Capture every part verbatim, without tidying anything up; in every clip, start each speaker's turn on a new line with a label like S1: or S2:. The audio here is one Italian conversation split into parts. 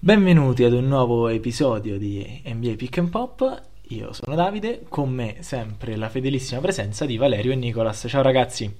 S1: Benvenuti ad un nuovo episodio di N B A Pick and Pop. Io sono Davide, con me sempre la fedelissima presenza di Valerio e Nicolas. Ciao ragazzi.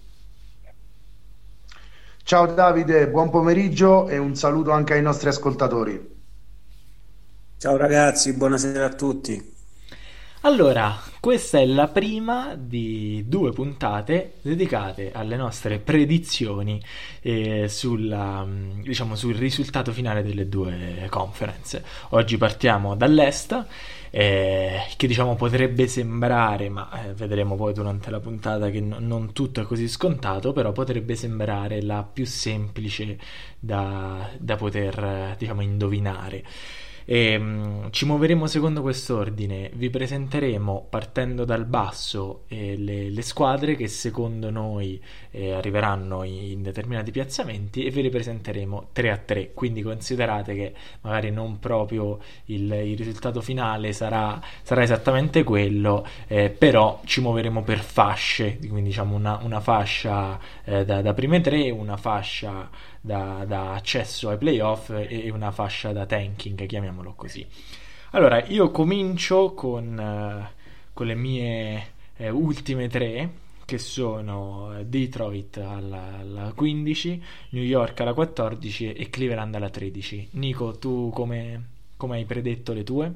S2: Ciao Davide, buon pomeriggio e un saluto anche ai nostri ascoltatori.
S3: Ciao ragazzi, buonasera a tutti.
S1: Allora, questa è la prima di due puntate dedicate alle nostre predizioni eh, sulla, mh, diciamo, sul risultato finale delle due conference. Oggi partiamo dall'est, eh, che diciamo potrebbe sembrare, ma eh, vedremo poi durante la puntata che no- non tutto è così scontato, però potrebbe sembrare la più semplice da, da poter, eh, diciamo, indovinare. E, mh, ci muoveremo secondo quest'ordine. Vi presenteremo partendo dal basso eh, le, le squadre che secondo noi eh, arriveranno in determinati piazzamenti e ve le presenteremo tre a tre. Quindi considerate che magari non proprio il, il risultato finale sarà, sarà esattamente quello, eh, però ci muoveremo per fasce. Quindi diciamo una, una fascia eh, da, da prime tre, una fascia da, da accesso ai playoff e una fascia da tanking, chiamiamolo così. Allora, io comincio con, eh, con le mie eh, ultime tre, che sono Detroit alla, alla quindici, New York alla quattordici e Cleveland alla tredici. Nico, tu come, come hai predetto le tue?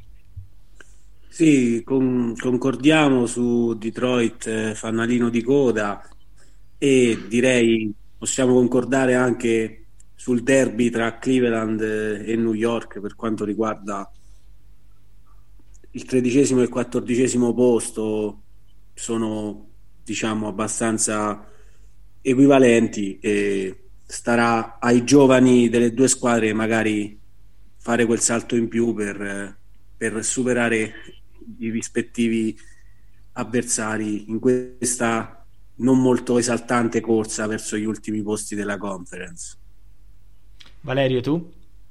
S3: Sì, con- concordiamo su Detroit, eh, fanalino di coda, e direi possiamo concordare anche sul derby tra Cleveland eh, e New York per quanto riguarda il tredicesimo e il quattordicesimo posto. Sono, diciamo, abbastanza equivalenti e starà ai giovani delle due squadre magari fare quel salto in più per, eh, per superare i rispettivi avversari in questa non molto esaltante corsa verso gli ultimi posti della conference.
S1: Valerio, tu?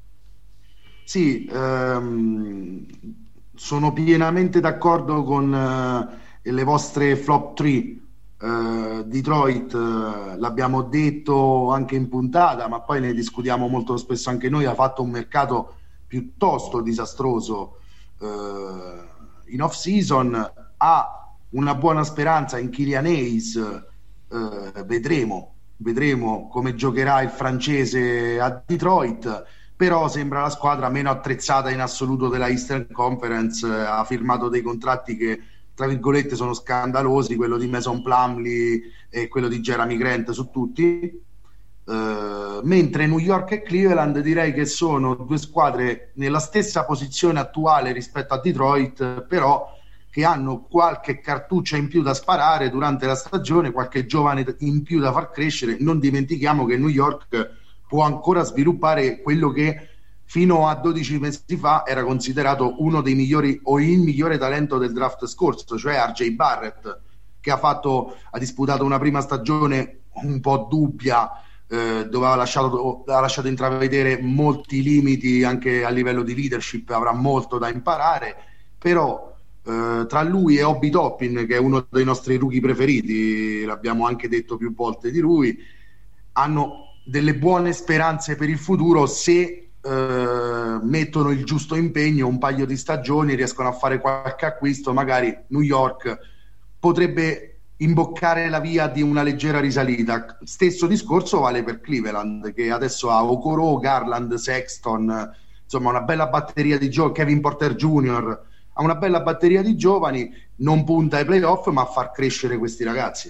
S2: Sì, ehm, sono pienamente d'accordo con eh, le vostre flop tre. Eh, Detroit, eh, l'abbiamo detto anche in puntata, ma poi ne discutiamo molto spesso anche noi, ha fatto un mercato piuttosto disastroso eh, in off-season, ha una buona speranza in Kylian Hayes, eh, vedremo, vedremo come giocherà il francese a Detroit, però sembra la squadra meno attrezzata in assoluto della Eastern Conference, eh, ha firmato dei contratti che tra virgolette sono scandalosi, quello di Mason Plumlee e quello di Jeremy Grant su tutti. Uh, mentre New York e Cleveland direi che sono due squadre nella stessa posizione attuale rispetto a Detroit, però che hanno qualche cartuccia in più da sparare durante la stagione, qualche giovane in più da far crescere. Non dimentichiamo che New York può ancora sviluppare quello che fino a dodici mesi fa era considerato uno dei migliori o il migliore talento del draft scorso, cioè R J Barrett, che ha fatto ha disputato una prima stagione un po' dubbia, eh, dove ha lasciato, ha lasciato intravedere molti limiti anche a livello di leadership, avrà molto da imparare, però eh, tra lui e Obi Toppin, che è uno dei nostri rookie preferiti, l'abbiamo anche detto più volte di lui, hanno delle buone speranze per il futuro se eh, mettono il giusto impegno, un paio di stagioni, riescono a fare qualche acquisto, magari New York potrebbe imboccare la via di una leggera risalita. Stesso discorso vale per Cleveland, che adesso ha Okoro, Garland, Sexton, insomma una bella batteria di giovani, Kevin Porter Junior, ha una bella batteria di giovani, non punta ai playoff ma a far crescere questi ragazzi.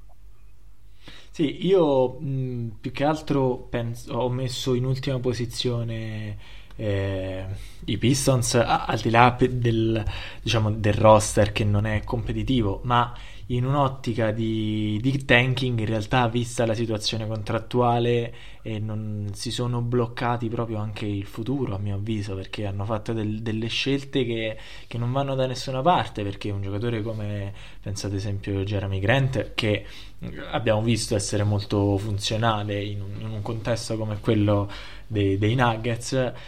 S1: Sì, io mh, più che altro penso, ho messo in ultima posizione eh, i Pistons, a- al di là pe- del, diciamo, del roster che non è competitivo, ma in un'ottica di, di tanking, in realtà, vista la situazione contrattuale, e non si sono bloccati proprio anche il futuro, a mio avviso, perché hanno fatto del- delle scelte che, che non vanno da nessuna parte, perché un giocatore come, penso ad esempio Jeremy Grant, che abbiamo visto essere molto funzionale in un, in un contesto come quello dei, dei Nuggets,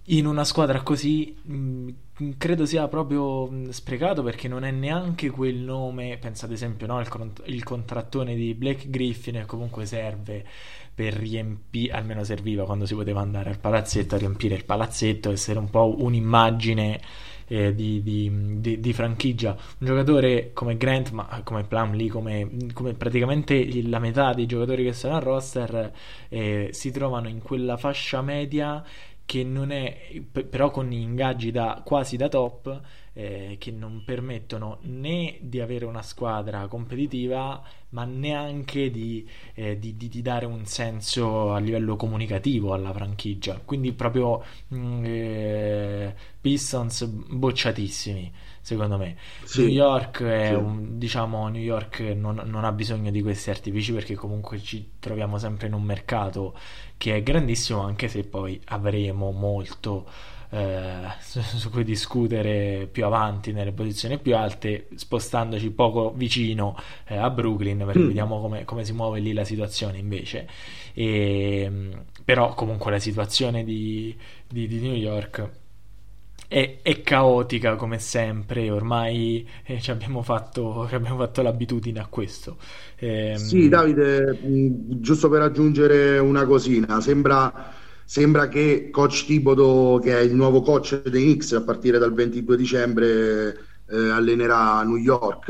S1: in una squadra così mh, credo sia proprio mh, sprecato, perché non è neanche quel nome. Pensa ad esempio, no, il, cont- il contrattone di Blake Griffin, che comunque serve per riempire, almeno serviva quando si poteva andare al palazzetto a riempire il palazzetto, essere un po' un'immagine eh, di, di, di, di franchigia. Un giocatore come Grant, ma come Plumlee, come, come praticamente il- la metà dei giocatori che sono al roster, eh, si trovano in quella fascia media che non è, p- però con ingaggi da, quasi da top, eh, che non permettono né di avere una squadra competitiva, ma neanche di, eh, di- di- di dare un senso a livello comunicativo alla franchigia. Quindi proprio mh, eh, Pistons bocciatissimi, secondo me. New
S2: Sì,
S1: York è
S2: sì.
S1: un, diciamo, New York non, non ha bisogno di questi artifici, perché comunque ci troviamo sempre in un mercato che è grandissimo, anche se poi avremo molto eh, su, su cui discutere più avanti nelle posizioni più alte, spostandoci poco vicino eh, a Brooklyn, perché
S2: Mm.
S1: vediamo come, come si muove lì la situazione invece. E, però comunque la situazione di, di, di New York è, è caotica come sempre, ormai eh, ci abbiamo fatto, ci abbiamo fatto l'abitudine a questo.
S2: Sì,
S1: Ehm,
S2: Davide, mh, giusto per aggiungere una cosina, sembra, sembra che Coach Thibodeau, che è il nuovo coach dei Knicks a partire dal ventidue dicembre, eh, allenerà New York.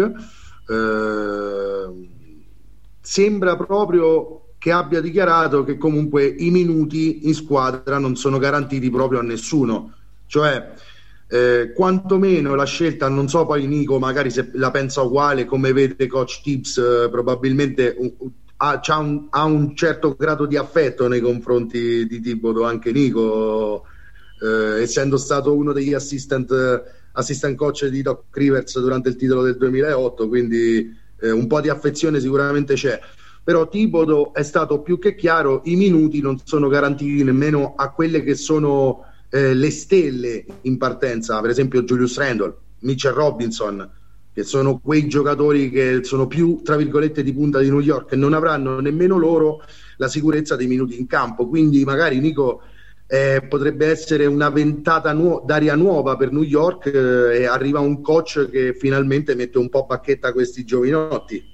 S2: Eh, sembra proprio che abbia dichiarato che comunque i minuti in squadra non sono garantiti proprio a nessuno. Cioè, eh, quantomeno la scelta, non so poi Nico magari se la pensa uguale, come vede coach Tibbs, eh, probabilmente un- ha, c'ha un, ha un certo grado di affetto nei confronti di Thibodeau, anche Nico, eh, essendo stato uno degli assistant, assistant coach di Doc Rivers durante il titolo del duemilaotto, quindi eh, un po' di affezione sicuramente c'è. Però Thibodeau è stato più che chiaro: i minuti non sono garantiti nemmeno a quelle che sono eh, le stelle in partenza, per esempio Julius Randle, Mitchell Robinson, che sono quei giocatori che sono più, tra virgolette, di punta di New York, e non avranno nemmeno loro la sicurezza dei minuti in campo. Quindi magari Nico, eh, potrebbe essere una ventata nuo- d'aria nuova per New York, eh, e arriva un coach che finalmente mette un po' bacchetta a questi giovinotti.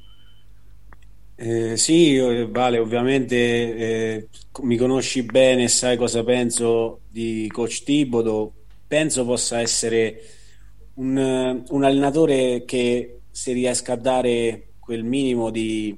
S3: Eh, sì, eh, Vale, ovviamente eh, mi conosci bene, sai cosa penso di Coach Thibodeau. Penso possa essere un, eh, un allenatore che, se riesca a dare quel minimo di,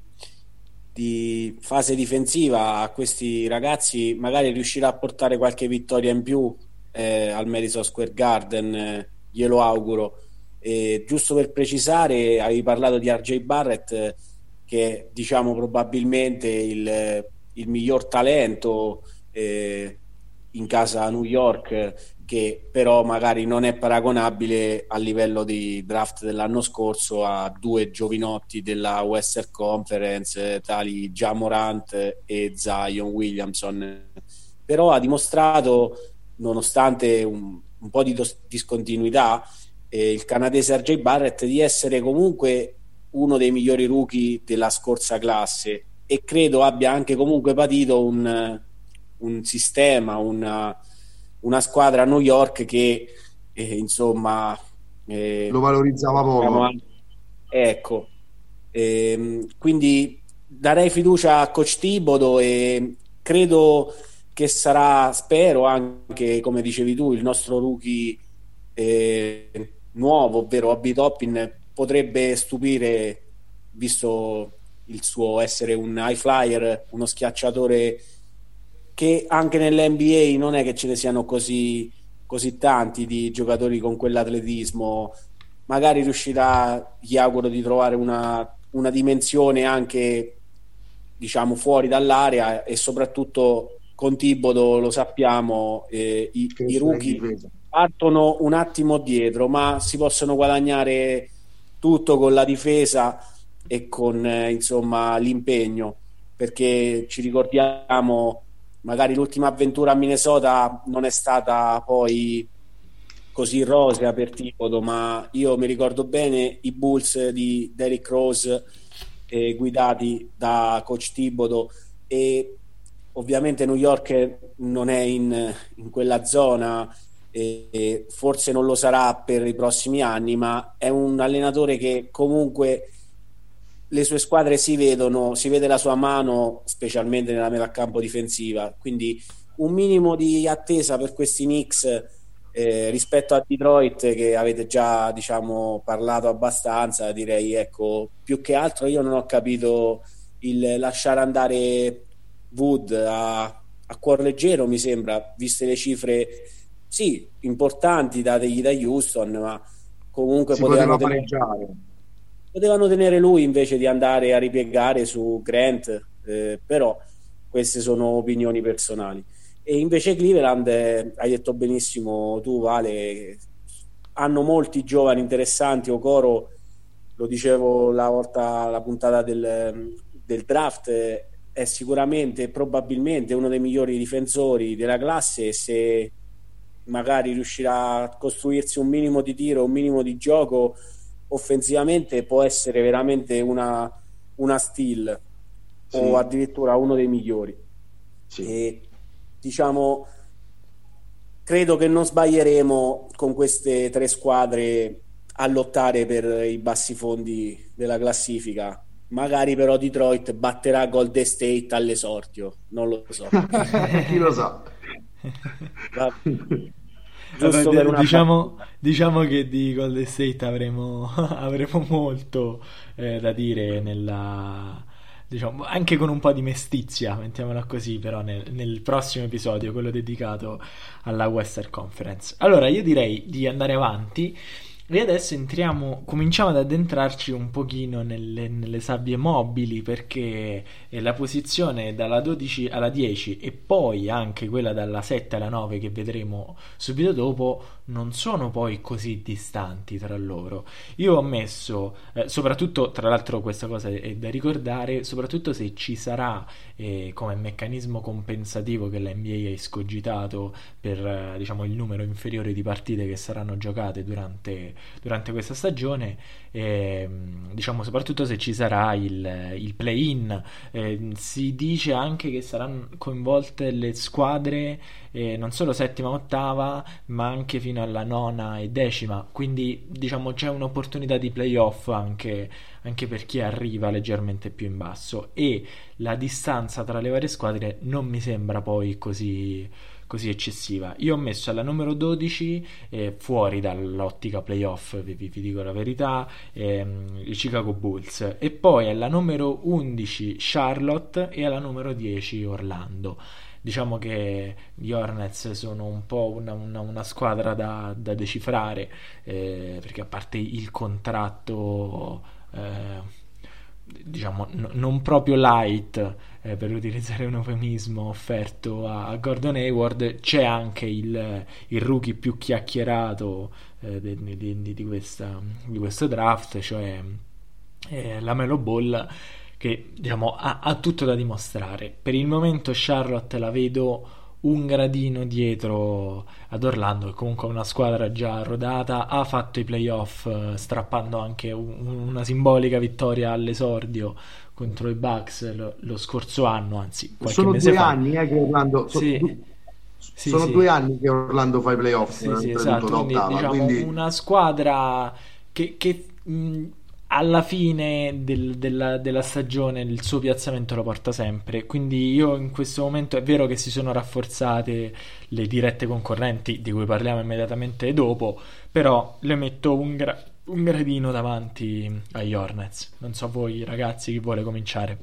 S3: di fase difensiva a questi ragazzi, magari riuscirà a portare qualche vittoria in più eh, al Madison Square Garden, eh, glielo auguro. E giusto per precisare, avevi parlato di R J Barrett, eh, che è, diciamo, probabilmente il, il miglior talento eh, in casa a New York, che però magari non è paragonabile a livello di draft dell'anno scorso a due giovinotti della Western Conference, eh, tali Ja Morant e Zion Williamson. Però ha dimostrato, nonostante un, un po' di dos- discontinuità, eh, il canadese R J Barrett, di essere comunque uno dei migliori rookie della scorsa classe, e credo abbia anche comunque patito un, un sistema, una, una squadra a New York che eh, insomma
S2: Lo
S3: eh,
S2: valorizzava
S3: diciamo
S2: poco.
S3: anche- ecco, ehm, quindi darei fiducia a Coach Thibodeau, e credo che sarà, spero anche, come dicevi tu, il nostro rookie eh, nuovo, ovvero Obi Toppin, potrebbe stupire, visto il suo essere un high flyer, uno schiacciatore che anche nell'N B A non è che ce ne siano così, così tanti di giocatori con quell'atletismo. Magari riuscirà, gli auguro di trovare una, una dimensione anche, diciamo, fuori dall'area, e soprattutto con Thibodeau, lo sappiamo, eh, i, i
S2: Crescere in
S3: rookie
S2: difesa.
S3: partono un attimo dietro, ma si possono guadagnare tutto con la difesa e con eh, insomma l'impegno, perché ci ricordiamo, magari l'ultima avventura a Minnesota non è stata poi così rosea per Thibodeau, ma io mi ricordo bene i Bulls di Derrick Rose, eh, guidati da coach Thibodeau, e ovviamente New York non è in, in quella zona e, e forse non lo sarà per i prossimi anni, ma è un allenatore che comunque le sue squadre si vedono, si vede la sua mano, specialmente nella metà campo difensiva, quindi un minimo di attesa per questi Knicks eh, rispetto a Detroit, che avete già, diciamo, parlato abbastanza. Direi, ecco, più che altro io non ho capito il lasciare andare Wood a, a cuor leggero, mi sembra, viste le cifre sì importanti dategli da Houston, ma comunque
S2: Si
S3: potevano
S2: poteva
S3: tenere
S2: pareggiare.
S3: potevano tenere lui invece di andare a ripiegare su Grant, eh, però queste sono opinioni personali. E invece Cleveland, eh, hai detto benissimo tu, Vale, hanno molti giovani interessanti. Okoro, lo dicevo la volta, la puntata del, del draft, eh, è sicuramente, probabilmente uno dei migliori difensori della classe, e se magari riuscirà a costruirsi un minimo di tiro, un minimo di gioco offensivamente, può essere veramente una, una steal o
S2: Sì,
S3: addirittura uno dei migliori.
S2: sì.
S3: E diciamo, credo che non sbaglieremo con queste tre squadre a lottare per i bassi fondi della classifica. Magari però Detroit batterà Golden State all'esordio, non lo so.
S2: Chi lo sa?
S3: Va-
S1: Vabbè,
S3: Giusto per
S1: d-
S3: una
S1: diciamo,
S3: battuta.
S1: diciamo che di Golden State avremo, avremo molto eh, da dire nella, diciamo, anche con un po' di mestizia, mettiamola così, però nel, nel prossimo episodio, quello dedicato alla Western Conference. Allora, io direi di andare avanti e adesso entriamo, cominciamo ad addentrarci un pochino nelle, nelle sabbie mobili, perché eh, la posizione dalla dodici alla dieci e poi anche quella dalla sette alla nove che vedremo subito dopo non sono poi così distanti tra loro. Io ho messo, eh, soprattutto, tra l'altro questa cosa è, è da ricordare, soprattutto se ci sarà eh, come meccanismo compensativo che la N B A ha escogitato per eh, diciamo il numero inferiore di partite che saranno giocate durante, durante questa stagione, eh, diciamo soprattutto se ci sarà il, il play-in. Eh, si dice anche che saranno coinvolte le squadre eh, non solo settima e ottava, ma anche fino alla nona e decima, quindi diciamo c'è un'opportunità di playoff anche, anche per chi arriva leggermente più in basso, e la distanza tra le varie squadre non mi sembra poi così, così eccessiva. Io ho messo alla numero dodici, eh, fuori dall'ottica playoff, vi, vi, vi dico la verità, ehm, i Chicago Bulls, e poi alla numero undici Charlotte e alla numero dieci Orlando. Diciamo che gli Hornets sono un po' una, una, una squadra da, da decifrare, eh, perché a parte il contratto eh, diciamo n- non proprio light, eh, per utilizzare un eufemismo offerto a, a Gordon Hayward, c'è anche il, il rookie più chiacchierato eh, di, di, di, questa, di questo draft, cioè eh, la Melo Ball, che diciamo ha, ha tutto da dimostrare. Per il momento Charlotte la vedo un gradino dietro ad Orlando, che comunque è una squadra già rodata, ha fatto i playoff eh, strappando anche un- una simbolica vittoria all'esordio contro i Bucks lo, lo scorso anno, anzi qualche
S2: Sono
S1: mese
S2: due
S1: fa.
S2: anni eh, che Orlando, so-
S1: Sì,
S2: du-
S1: sì,
S2: sono
S1: sì.
S2: due anni che Orlando fa i playoff,
S1: Sì,
S2: eh,
S1: sì,
S2: oltretutto
S1: esatto.
S2: da
S1: Quindi
S2: ottava,
S1: diciamo
S2: quindi
S1: una squadra che, che, mh, alla fine del- della, della stagione il suo piazzamento lo porta sempre. Quindi io in questo momento è vero che si sono rafforzate le dirette concorrenti, di cui parliamo immediatamente dopo, però le metto un, gra- un gradino davanti agli Hornets. Non so voi ragazzi chi vuole cominciare.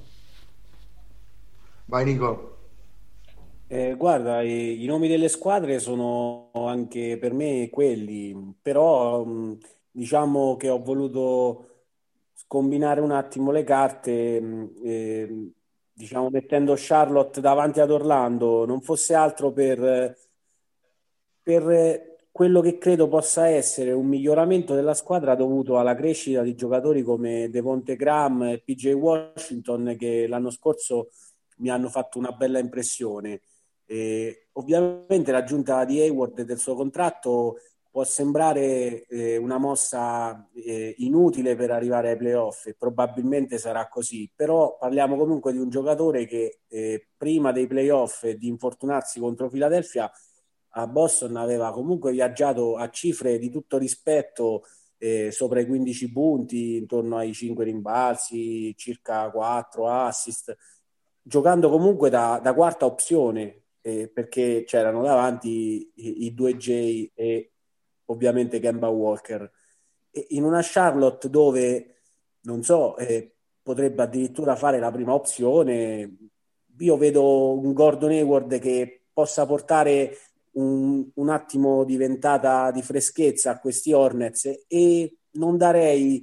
S2: vai Nico.
S3: Eh, guarda, i, i nomi delle squadre sono anche per me quelli, però mh, diciamo che ho voluto scombinare un attimo le carte, mh, e, diciamo mettendo Charlotte davanti ad Orlando, non fosse altro per, per quello che credo possa essere un miglioramento della squadra dovuto alla crescita di giocatori come Devonte Graham e P J Washington, che l'anno scorso mi hanno fatto una bella impressione. E ovviamente l'aggiunta di Hayward e del suo contratto può sembrare eh, una mossa eh, inutile per arrivare ai playoff, e probabilmente sarà così, però parliamo comunque di un giocatore che eh, prima dei playoff e di infortunarsi contro Philadelphia a Boston aveva comunque viaggiato a cifre di tutto rispetto, eh, sopra i quindici punti, intorno ai cinque rimbalzi, circa quattro assist, giocando comunque da, da quarta opzione, eh, perché c'erano davanti i, i due J e ovviamente Kemba Walker. E in una Charlotte dove, non so, eh, potrebbe addirittura fare la prima opzione, io vedo un Gordon Hayward che possa portare un, un attimo di ventata di freschezza a questi Hornets, e non darei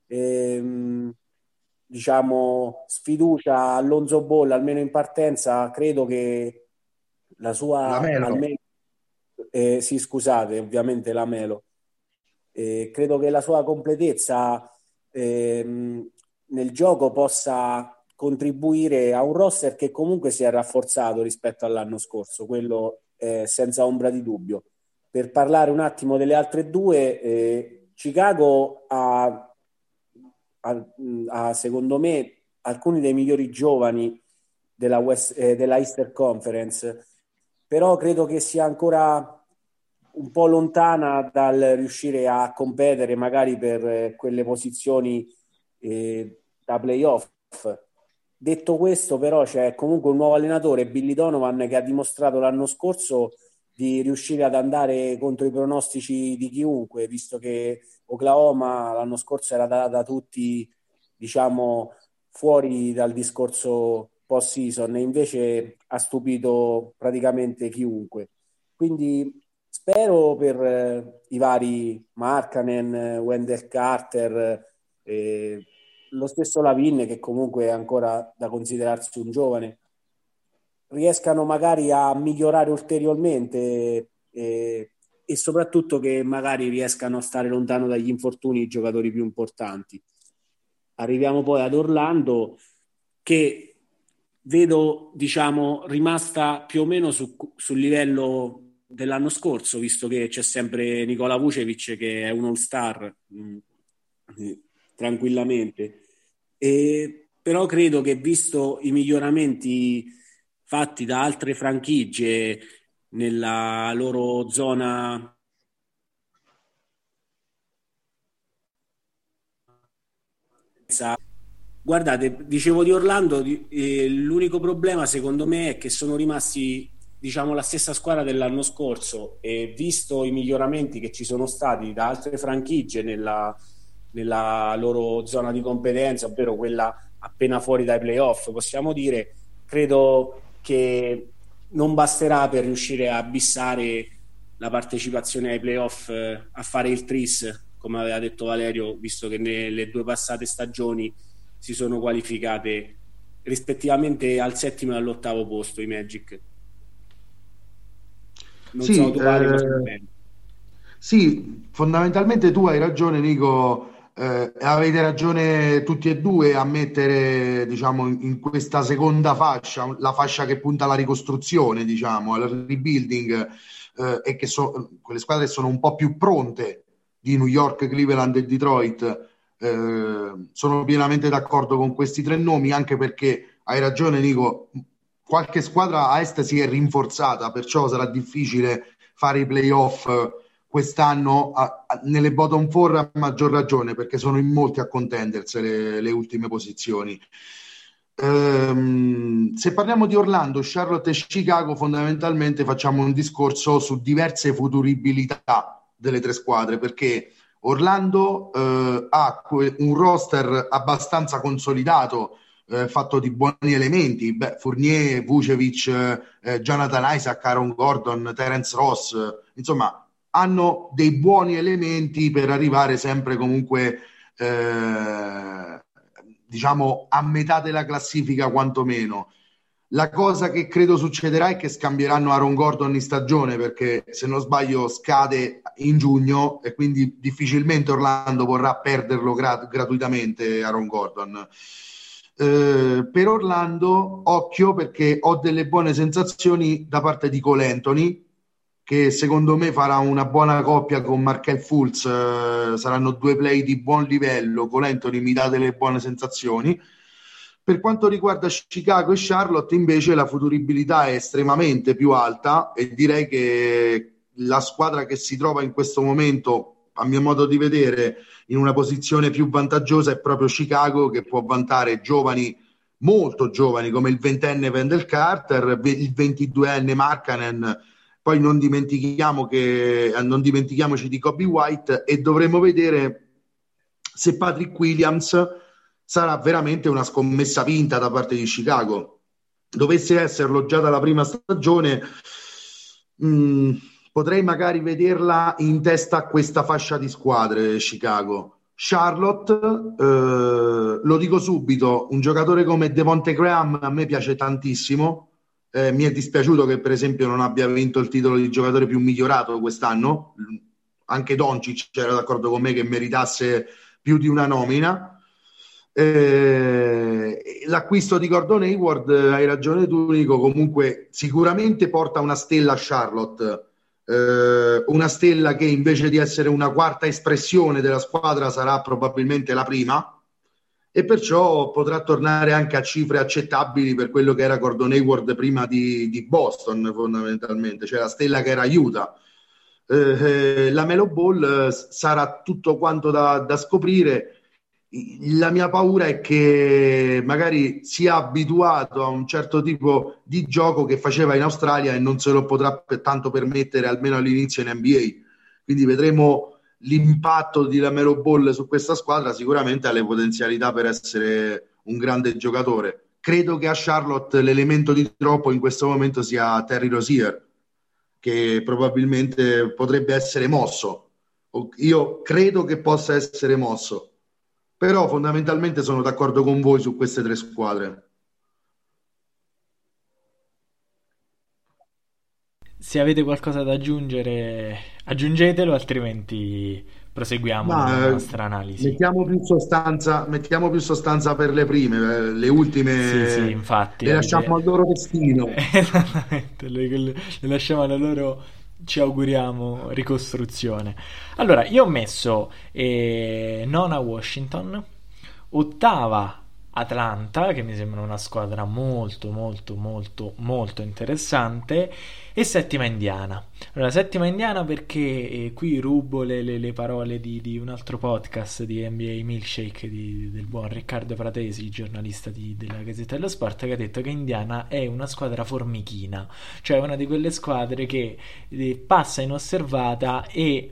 S3: ehm, diciamo sfiducia a Alonzo Ball, almeno in partenza. Credo che la
S2: La
S3: sua
S2: Melo.
S3: almeno eh, sì, scusate, ovviamente la Melo, eh, credo che la sua completezza ehm, nel gioco possa contribuire a un roster che comunque si è rafforzato rispetto all'anno scorso, quello eh, senza ombra di dubbio. Per parlare un attimo delle altre due, eh, Chicago ha, ha, ha, secondo me, alcuni dei migliori giovani della, West, eh, della Eastern Conference, però credo che sia ancora un po' lontana dal riuscire a competere magari per eh, quelle posizioni eh, da playoff. Detto questo, però, c'è comunque un nuovo allenatore, Billy Donovan, che ha dimostrato l'anno scorso di riuscire ad andare contro i pronostici di chiunque, visto che Oklahoma l'anno scorso era da, da tutti, diciamo, fuori dal discorso post-season, e invece ha stupito praticamente chiunque. Quindi spero per eh, i vari Markkanen, Wendell Carter, eh, lo stesso Lavin, che comunque è ancora da considerarsi un giovane, riescano magari a migliorare ulteriormente, eh, e soprattutto che magari riescano a stare lontano dagli infortuni i giocatori più importanti. Arriviamo poi ad Orlando, che vedo, diciamo, rimasta più o meno su, sul livello dell'anno scorso, visto che c'è sempre Nikola Vucevic che è un all-star mh, tranquillamente. E, però credo che, visto i miglioramenti fatti da altre franchigie nella loro zona guardate, dicevo di Orlando, eh, l'unico problema secondo me è che sono rimasti, diciamo, la stessa squadra dell'anno scorso, e visto i miglioramenti che ci sono stati da altre franchigie nella, nella loro zona di competenza, ovvero quella appena fuori dai playoff, possiamo dire, credo che non basterà per riuscire a bissare la partecipazione ai playoff, eh, a fare il tris, come aveva detto Valerio, visto che nelle due passate stagioni si sono qualificate rispettivamente al settimo e all'ottavo posto i Magic. Non
S2: Sì,
S3: so tu Vale cosa ne
S2: eh,
S3: pensi.
S2: sì, fondamentalmente tu hai ragione, Nico, eh, avete ragione tutti e due a mettere, diciamo, in, in questa seconda fascia, la fascia che punta alla ricostruzione, diciamo, al rebuilding, eh, e che so, quelle squadre sono un po' più pronte di New York, Cleveland e Detroit. Eh, sono pienamente d'accordo con questi tre nomi, anche perché hai ragione, Nico, qualche squadra a est si è rinforzata, perciò sarà difficile fare i playoff eh, quest'anno a, a, nelle bottom four, a maggior ragione, perché sono in molti a contenders le, le ultime posizioni. Ehm, se parliamo di Orlando, Charlotte e Chicago, fondamentalmente facciamo un discorso su diverse futuribilità delle tre squadre, perché Orlando eh, ha que- un roster abbastanza consolidato, eh, fatto di buoni elementi. Beh, Fournier, Vucevic, eh, Jonathan Isaac, Aaron Gordon, Terence Ross, eh, insomma, hanno dei buoni elementi per arrivare sempre comunque, eh, diciamo, a metà della classifica quantomeno. La cosa che credo succederà è che scambieranno Aaron Gordon in stagione, perché se non sbaglio scade in giugno e quindi difficilmente Orlando vorrà perderlo gra- gratuitamente Aaron Gordon. Eh, per Orlando occhio, perché ho delle buone sensazioni da parte di Cole Anthony, che secondo me farà una buona coppia con Markelle Fultz. Eh, saranno due play di buon livello. Con Anthony mi dà delle buone sensazioni. Per quanto riguarda Chicago e Charlotte, invece, la futuribilità è estremamente più alta e direi che la squadra che si trova in questo momento, a mio modo di vedere, in una posizione più vantaggiosa è proprio Chicago, che può vantare giovani, molto giovani, come il ventenne Wendell Carter, il ventiduenne Markkanen. Poi non dimentichiamo che non dimentichiamoci di Kobe White, e dovremo vedere se Patrick Williams sarà veramente una scommessa vinta da parte di Chicago. Dovesse esserlo già dalla prima stagione, mh, potrei magari vederla in testa a questa fascia di squadre Chicago. Charlotte, eh, lo dico subito, un giocatore come Devonte Graham a me piace tantissimo. Eh, mi è dispiaciuto che per esempio non abbia vinto il titolo di giocatore più migliorato quest'anno. Anche Doncic era d'accordo con me che meritasse più di una nomina. Eh, l'acquisto di Gordon Hayward, hai ragione tu Nico, comunque sicuramente porta una stella a Charlotte, eh, una stella che invece di essere una quarta espressione della squadra sarà probabilmente la prima, e perciò potrà tornare anche a cifre accettabili per quello che era Gordon Hayward prima di, di Boston, fondamentalmente, cioè la stella che era Utah. Eh, la Melo Ball eh, sarà tutto quanto da, da scoprire. La mia paura è che magari sia abituato a un certo tipo di gioco che faceva in Australia e non se lo potrà per tanto permettere, almeno all'inizio in N B A. Quindi vedremo l'impatto di LaMelo Ball su questa squadra. Sicuramente ha le potenzialità per essere un grande giocatore. Credo che a Charlotte l'elemento di troppo in questo momento sia Terry Rozier, che probabilmente potrebbe essere mosso. Io credo che possa essere mosso, però fondamentalmente sono d'accordo con voi su queste tre squadre.
S1: Se avete qualcosa da aggiungere, aggiungetelo, altrimenti proseguiamo nella
S2: Ma eh,
S1: nostra analisi.
S2: mettiamo più sostanza, mettiamo più sostanza per le prime, eh, le
S1: Sì, sì,
S2: ultime
S1: infatti,
S2: le lasciamo
S1: avete...
S2: al loro destino.
S1: Esattamente, le, le- le lasciamo alla loro, ci auguriamo, ricostruzione. Allora, io ho messo eh, nona Washington, ottava Atlanta, che mi sembra una squadra molto, molto, molto, molto interessante, e settima Indiana. Allora, settima Indiana perché eh, qui rubo le, le- le parole di, di un altro podcast di N B A Milkshake di- del buon Riccardo Pratesi, giornalista di- della Gazzetta dello Sport, che ha detto che Indiana è una squadra formichina, cioè una di quelle squadre che eh, passa inosservata e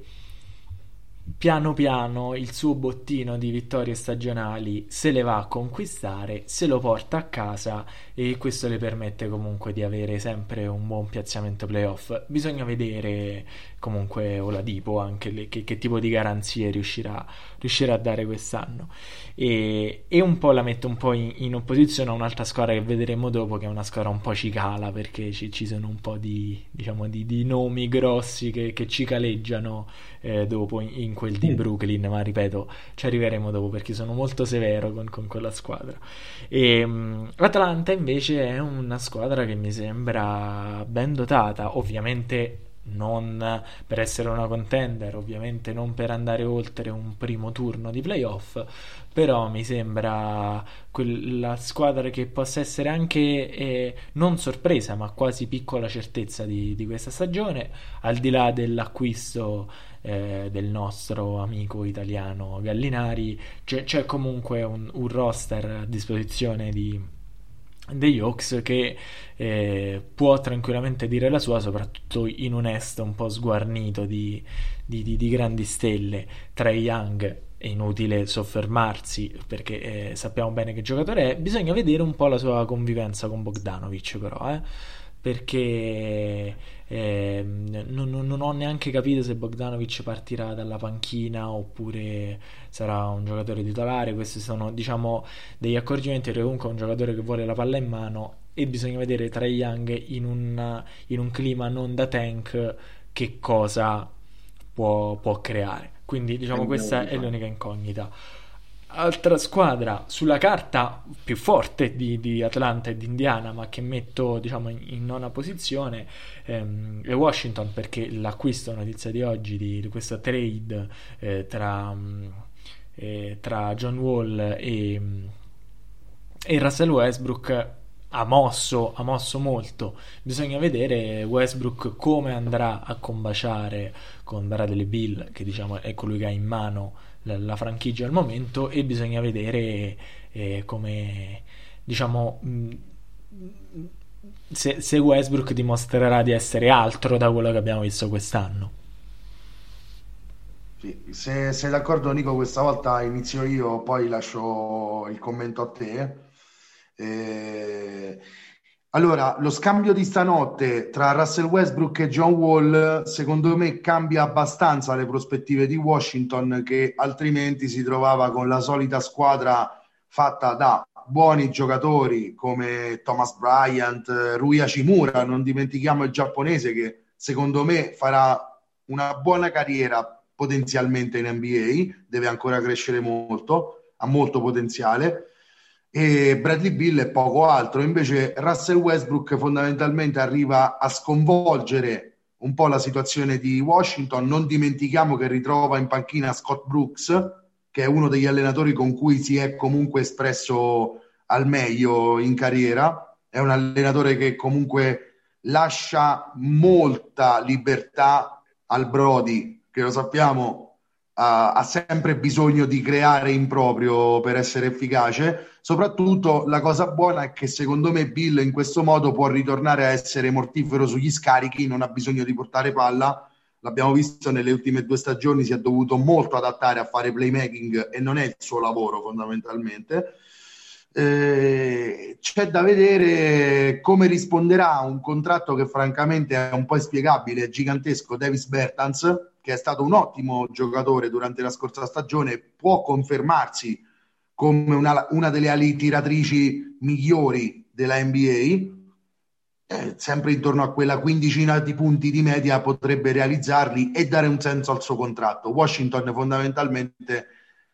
S1: piano piano il suo bottino di vittorie stagionali se le va a conquistare, se lo porta a casa, e questo le permette comunque di avere sempre un buon piazzamento playoff. Bisogna vedere comunque Oladipo anche le, che, che tipo di garanzie riuscirà, riuscirà a dare quest'anno, e, e un po' la metto un po' in, in opposizione a un'altra squadra che vedremo dopo, che è una squadra un po' cicala, perché ci, ci sono un po' di, diciamo, di, di nomi grossi che, che cicaleggiano eh, dopo in, in quel di Brooklyn, ma ripeto, ci arriveremo dopo perché sono molto severo con, con quella squadra. E um, Atlanta invece è una squadra che mi sembra ben dotata, ovviamente non per essere una contender, ovviamente non per andare oltre un primo turno di playoff, però mi sembra quella squadra che possa essere anche eh, non sorpresa ma quasi piccola certezza di, di questa stagione, al di là dell'acquisto eh, del nostro amico italiano Gallinari. C'è, c'è comunque un, un roster a disposizione di degli Hawks che eh, può tranquillamente dire la sua, soprattutto in un est un po' sguarnito di, di, di, di grandi stelle. Trae Young è inutile soffermarsi perché eh, sappiamo bene che giocatore è. Bisogna vedere un po' la sua convivenza con Bogdanovic, però eh perché eh, non, non- non ho neanche capito se Bogdanovic partirà dalla panchina oppure sarà un giocatore titolare. Questi sono, diciamo, degli accorgimenti, perché comunque è un giocatore che vuole la palla in mano, e bisogna vedere Trae Young in un, in un clima non da tank che cosa può, può creare. Quindi, diciamo, questa è l'unica incognita. altra squadra sulla carta più forte di, di Atlanta e di Indiana, ma che metto diciamo in, in nona posizione, ehm, è Washington, perché l'acquisto, notizia di oggi, di, di questa trade eh, tra, mh, eh, tra John Wall e, e Russell Westbrook ha mosso, ha mosso molto. Bisogna vedere Westbrook come andrà a combaciare con Bradley Beal, che diciamo è colui che ha in mano la, la franchigia al momento, e bisogna vedere eh, come diciamo mh, se, se Westbrook dimostrerà di essere altro da quello che abbiamo visto quest'anno.
S2: Sì, se sei d'accordo Nico, questa volta inizio io, poi lascio il commento a te. Eh, allora, lo scambio di stanotte tra Russell Westbrook e John Wall, secondo me, cambia abbastanza le prospettive di Washington, che altrimenti si trovava con la solita squadra fatta da buoni giocatori come Thomas Bryant, Rui Hachimura, non dimentichiamo il giapponese che secondo me farà una buona carriera potenzialmente in N B A, deve ancora crescere molto, ha molto potenziale, e Bradley Beal è poco altro. Invece Russell Westbrook fondamentalmente arriva a sconvolgere un po' la situazione di Washington. Non dimentichiamo che ritrova in panchina Scott Brooks, che è uno degli allenatori con cui si è comunque espresso al meglio in carriera, è un allenatore che comunque lascia molta libertà al Brody, che lo sappiamo ha, ha sempre bisogno di creare in proprio per essere efficace. Soprattutto la cosa buona è che secondo me Bill in questo modo può ritornare a essere mortifero sugli scarichi, non ha bisogno di portare palla. L'abbiamo visto nelle ultime due stagioni, si è dovuto molto adattare a fare playmaking e non è il suo lavoro fondamentalmente. Eh, c'è da vedere come risponderà a un contratto che francamente è un po' inspiegabile, è gigantesco. Davis Bertans, che è stato un ottimo giocatore durante la scorsa stagione, può confermarsi come una, una delle ali tiratrici migliori della N B A, eh, sempre intorno a quella quindicina di punti di media potrebbe realizzarli e dare un senso al suo contratto. Washington fondamentalmente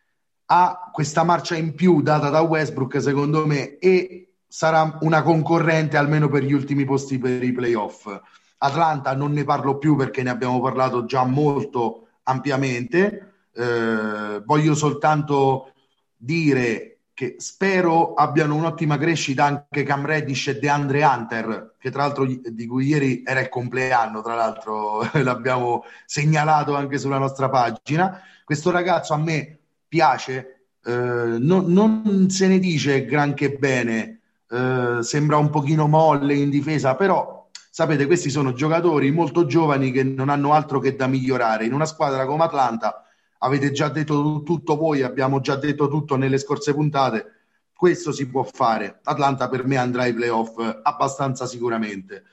S2: ha questa marcia in più data da Westbrook, secondo me, e sarà una concorrente almeno per gli ultimi posti per i playoff. Atlanta non ne parlo più perché ne abbiamo parlato già molto ampiamente. Eh, voglio soltanto dire che spero abbiano un'ottima crescita anche Cam Reddish e DeAndre Hunter, che tra l'altro di cui ieri era il compleanno, tra l'altro l'abbiamo segnalato anche sulla nostra pagina. Questo ragazzo a me piace, eh, non, non se ne dice granché bene, eh, sembra un pochino molle in difesa, però sapete, questi sono giocatori molto giovani che non hanno altro che da migliorare. In una squadra come Atlanta, avete già detto tutto voi, abbiamo già detto tutto nelle scorse puntate, questo si può fare. Atlanta per me andrà ai playoff abbastanza sicuramente.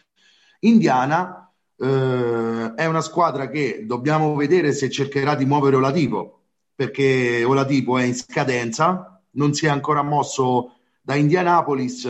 S2: Indiana eh, è una squadra che dobbiamo vedere se cercherà di muovere Oladipo, perché Oladipo è in scadenza, non si è ancora mosso da Indianapolis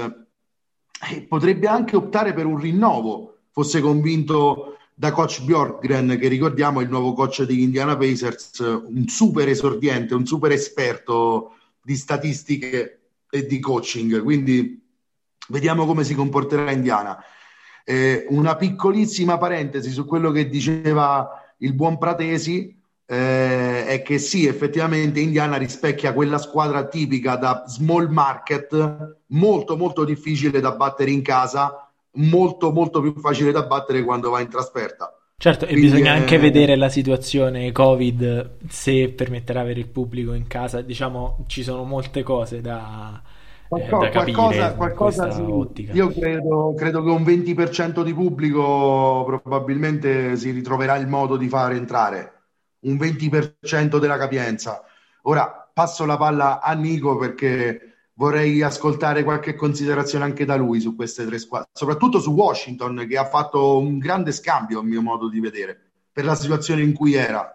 S2: e potrebbe anche optare per un rinnovo, fosse convinto da coach Bjorkgren, che ricordiamo è il nuovo coach degli Indiana Pacers, un super esordiente, un super esperto di statistiche e di coaching, quindi vediamo come si comporterà Indiana. Eh, una piccolissima parentesi su quello che diceva il buon Pratesi, eh, è che sì, effettivamente Indiana rispecchia quella squadra tipica da small market, molto molto difficile da battere in casa, molto molto più facile da battere quando va in trasferta.
S1: Certo, e
S2: Quindi,
S1: bisogna
S2: eh,
S1: anche vedere la situazione Covid, se permetterà avere il pubblico in casa. Diciamo, ci sono molte cose da, eh,
S2: qualco-
S1: da capire
S2: qualcosa,
S1: in
S2: qualcosa
S1: questa
S2: sì.
S1: ottica.
S2: Io credo, credo che un venti per cento di pubblico probabilmente si ritroverà il modo di far entrare, un venti per cento della capienza. Ora passo la palla a Nico perché vorrei ascoltare qualche considerazione anche da lui su queste tre squadre, soprattutto su Washington, che ha fatto un grande scambio, a mio modo di vedere, per la situazione in cui era.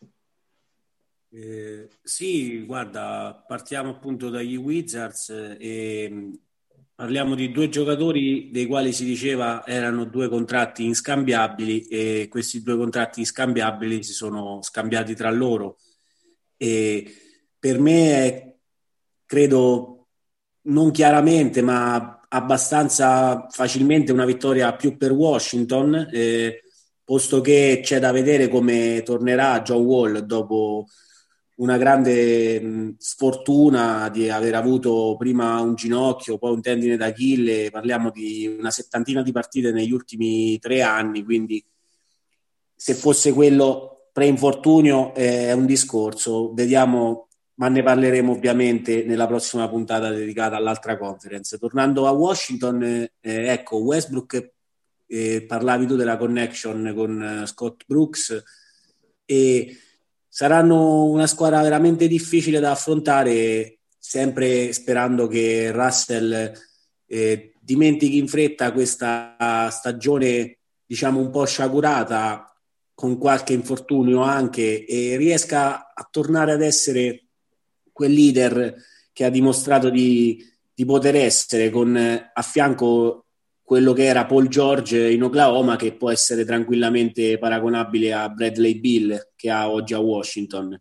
S3: Eh, sì, guarda, partiamo appunto dagli Wizards eh, e mh, parliamo di due giocatori dei quali si diceva erano due contratti inscambiabili e questi due contratti inscambiabili si sono scambiati tra loro e per me è credo non chiaramente, ma abbastanza facilmente una vittoria più per Washington, eh, posto che c'è da vedere come tornerà John Wall dopo una grande mh, sfortuna di aver avuto prima un ginocchio, poi un tendine d'Achille. Parliamo di una settantina di partite negli ultimi tre anni, quindi se fosse quello pre-infortunio eh, è un discorso, vediamo, ma ne parleremo ovviamente nella prossima puntata dedicata all'altra conference. Tornando a Washington, eh, ecco, Westbrook, eh, parlavi tu della connection con eh, Scott Brooks, e saranno una squadra veramente difficile da affrontare, sempre sperando che Russell eh, dimentichi in fretta questa stagione, diciamo, un po' sciagurata, con qualche infortunio anche, e riesca a tornare ad essere quel leader che ha dimostrato di, di poter essere, con eh, a fianco quello che era Paul George in Oklahoma, che può essere tranquillamente paragonabile a Bradley Beal che ha oggi a Washington.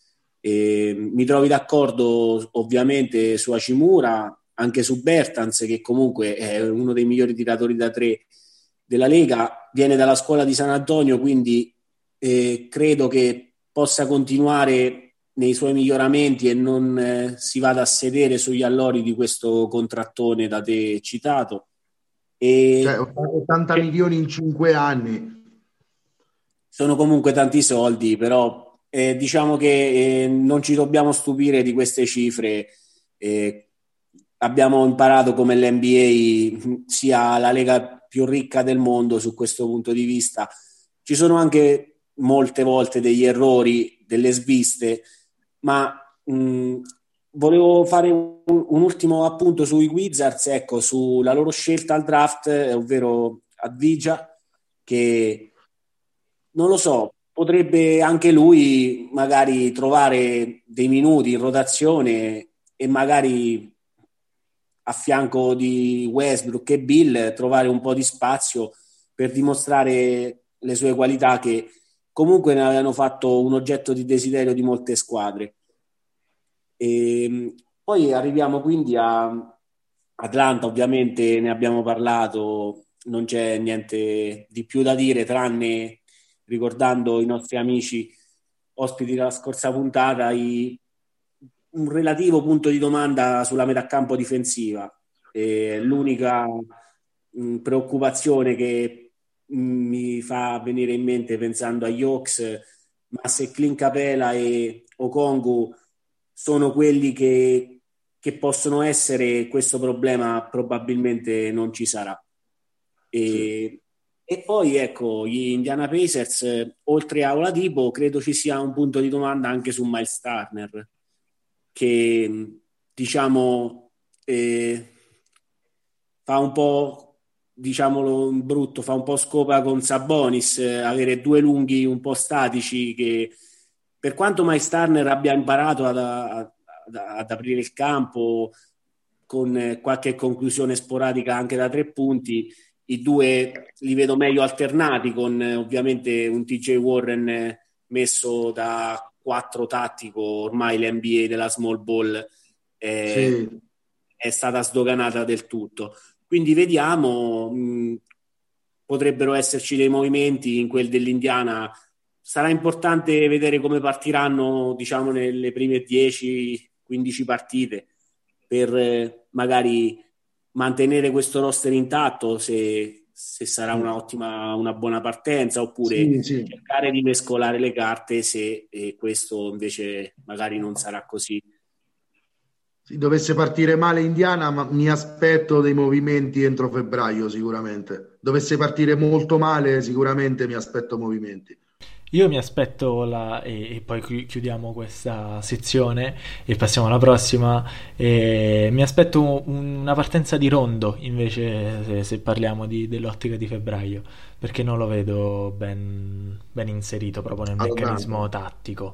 S3: E mi trovi d'accordo ovviamente su Hachimura, anche su Bertans, che comunque è uno dei migliori tiratori da tre della Lega, viene dalla scuola di San Antonio, quindi eh, credo che possa continuare nei suoi miglioramenti e non eh, si vada a sedere sugli allori di questo contrattone da te citato. E
S2: Cioè, ottanta milioni in cinque anni.
S3: Sono comunque tanti soldi, però eh, diciamo che eh, non ci dobbiamo stupire di queste cifre. Eh, abbiamo imparato come l'N B A sia la lega più ricca del mondo su questo punto di vista. Ci sono anche molte volte degli errori, delle sviste, ma mh, volevo fare un, un ultimo appunto sui Wizards, ecco, sulla loro scelta al draft, ovvero Advija, che non lo so, potrebbe anche lui magari trovare dei minuti in rotazione e magari a fianco di Westbrook e Bill trovare un po' di spazio per dimostrare le sue qualità, che comunque ne avevano fatto un oggetto di desiderio di molte squadre. E poi arriviamo quindi a Atlanta, ovviamente ne abbiamo parlato, non c'è niente di più da dire, tranne ricordando i nostri amici ospiti della scorsa puntata, i un relativo punto di domanda sulla metacampo difensiva. E l'unica mh, preoccupazione che mh, mi fa venire in mente pensando agli Hawks, ma se Clint Capela e Okongwu sono quelli che, che possono essere, questo problema probabilmente non ci sarà. E, sì. E poi ecco, gli Indiana Pacers, oltre a Oladipo, credo ci sia un punto di domanda anche su Miles Turner, che diciamo eh, fa un po', diciamolo brutto, fa un po' scopa con Sabonis, eh, avere due lunghi un po' statici, che per quanto Miles Turner abbia imparato ad, ad, ad aprire il campo con eh, qualche conclusione sporadica anche da tre punti, i due li vedo meglio alternati, con eh, ovviamente un T J Warren eh, messo da quattro tattico. Ormai l'N B A della small ball è, sì. è stata sdoganata del tutto, quindi vediamo, mh, potrebbero esserci dei movimenti in quel dell'Indiana. Sarà importante vedere come partiranno, diciamo, nelle prime dieci quindici partite, per eh, magari mantenere questo roster intatto, se, se sarà una ottima, una buona partenza, oppure sì, sì. cercare di mescolare le carte se eh, questo invece magari non sarà così.
S2: Se dovesse partire male Indiana, ma mi aspetto dei movimenti entro febbraio sicuramente. Dovesse partire molto male, sicuramente mi aspetto movimenti.
S1: Io mi aspetto la, e, e poi chiudiamo questa sezione e passiamo alla prossima, e mi aspetto un, una partenza di Rondo invece, se, se parliamo di, dell'ottica di febbraio, perché non lo vedo ben, ben inserito proprio nel allora, meccanismo tattico.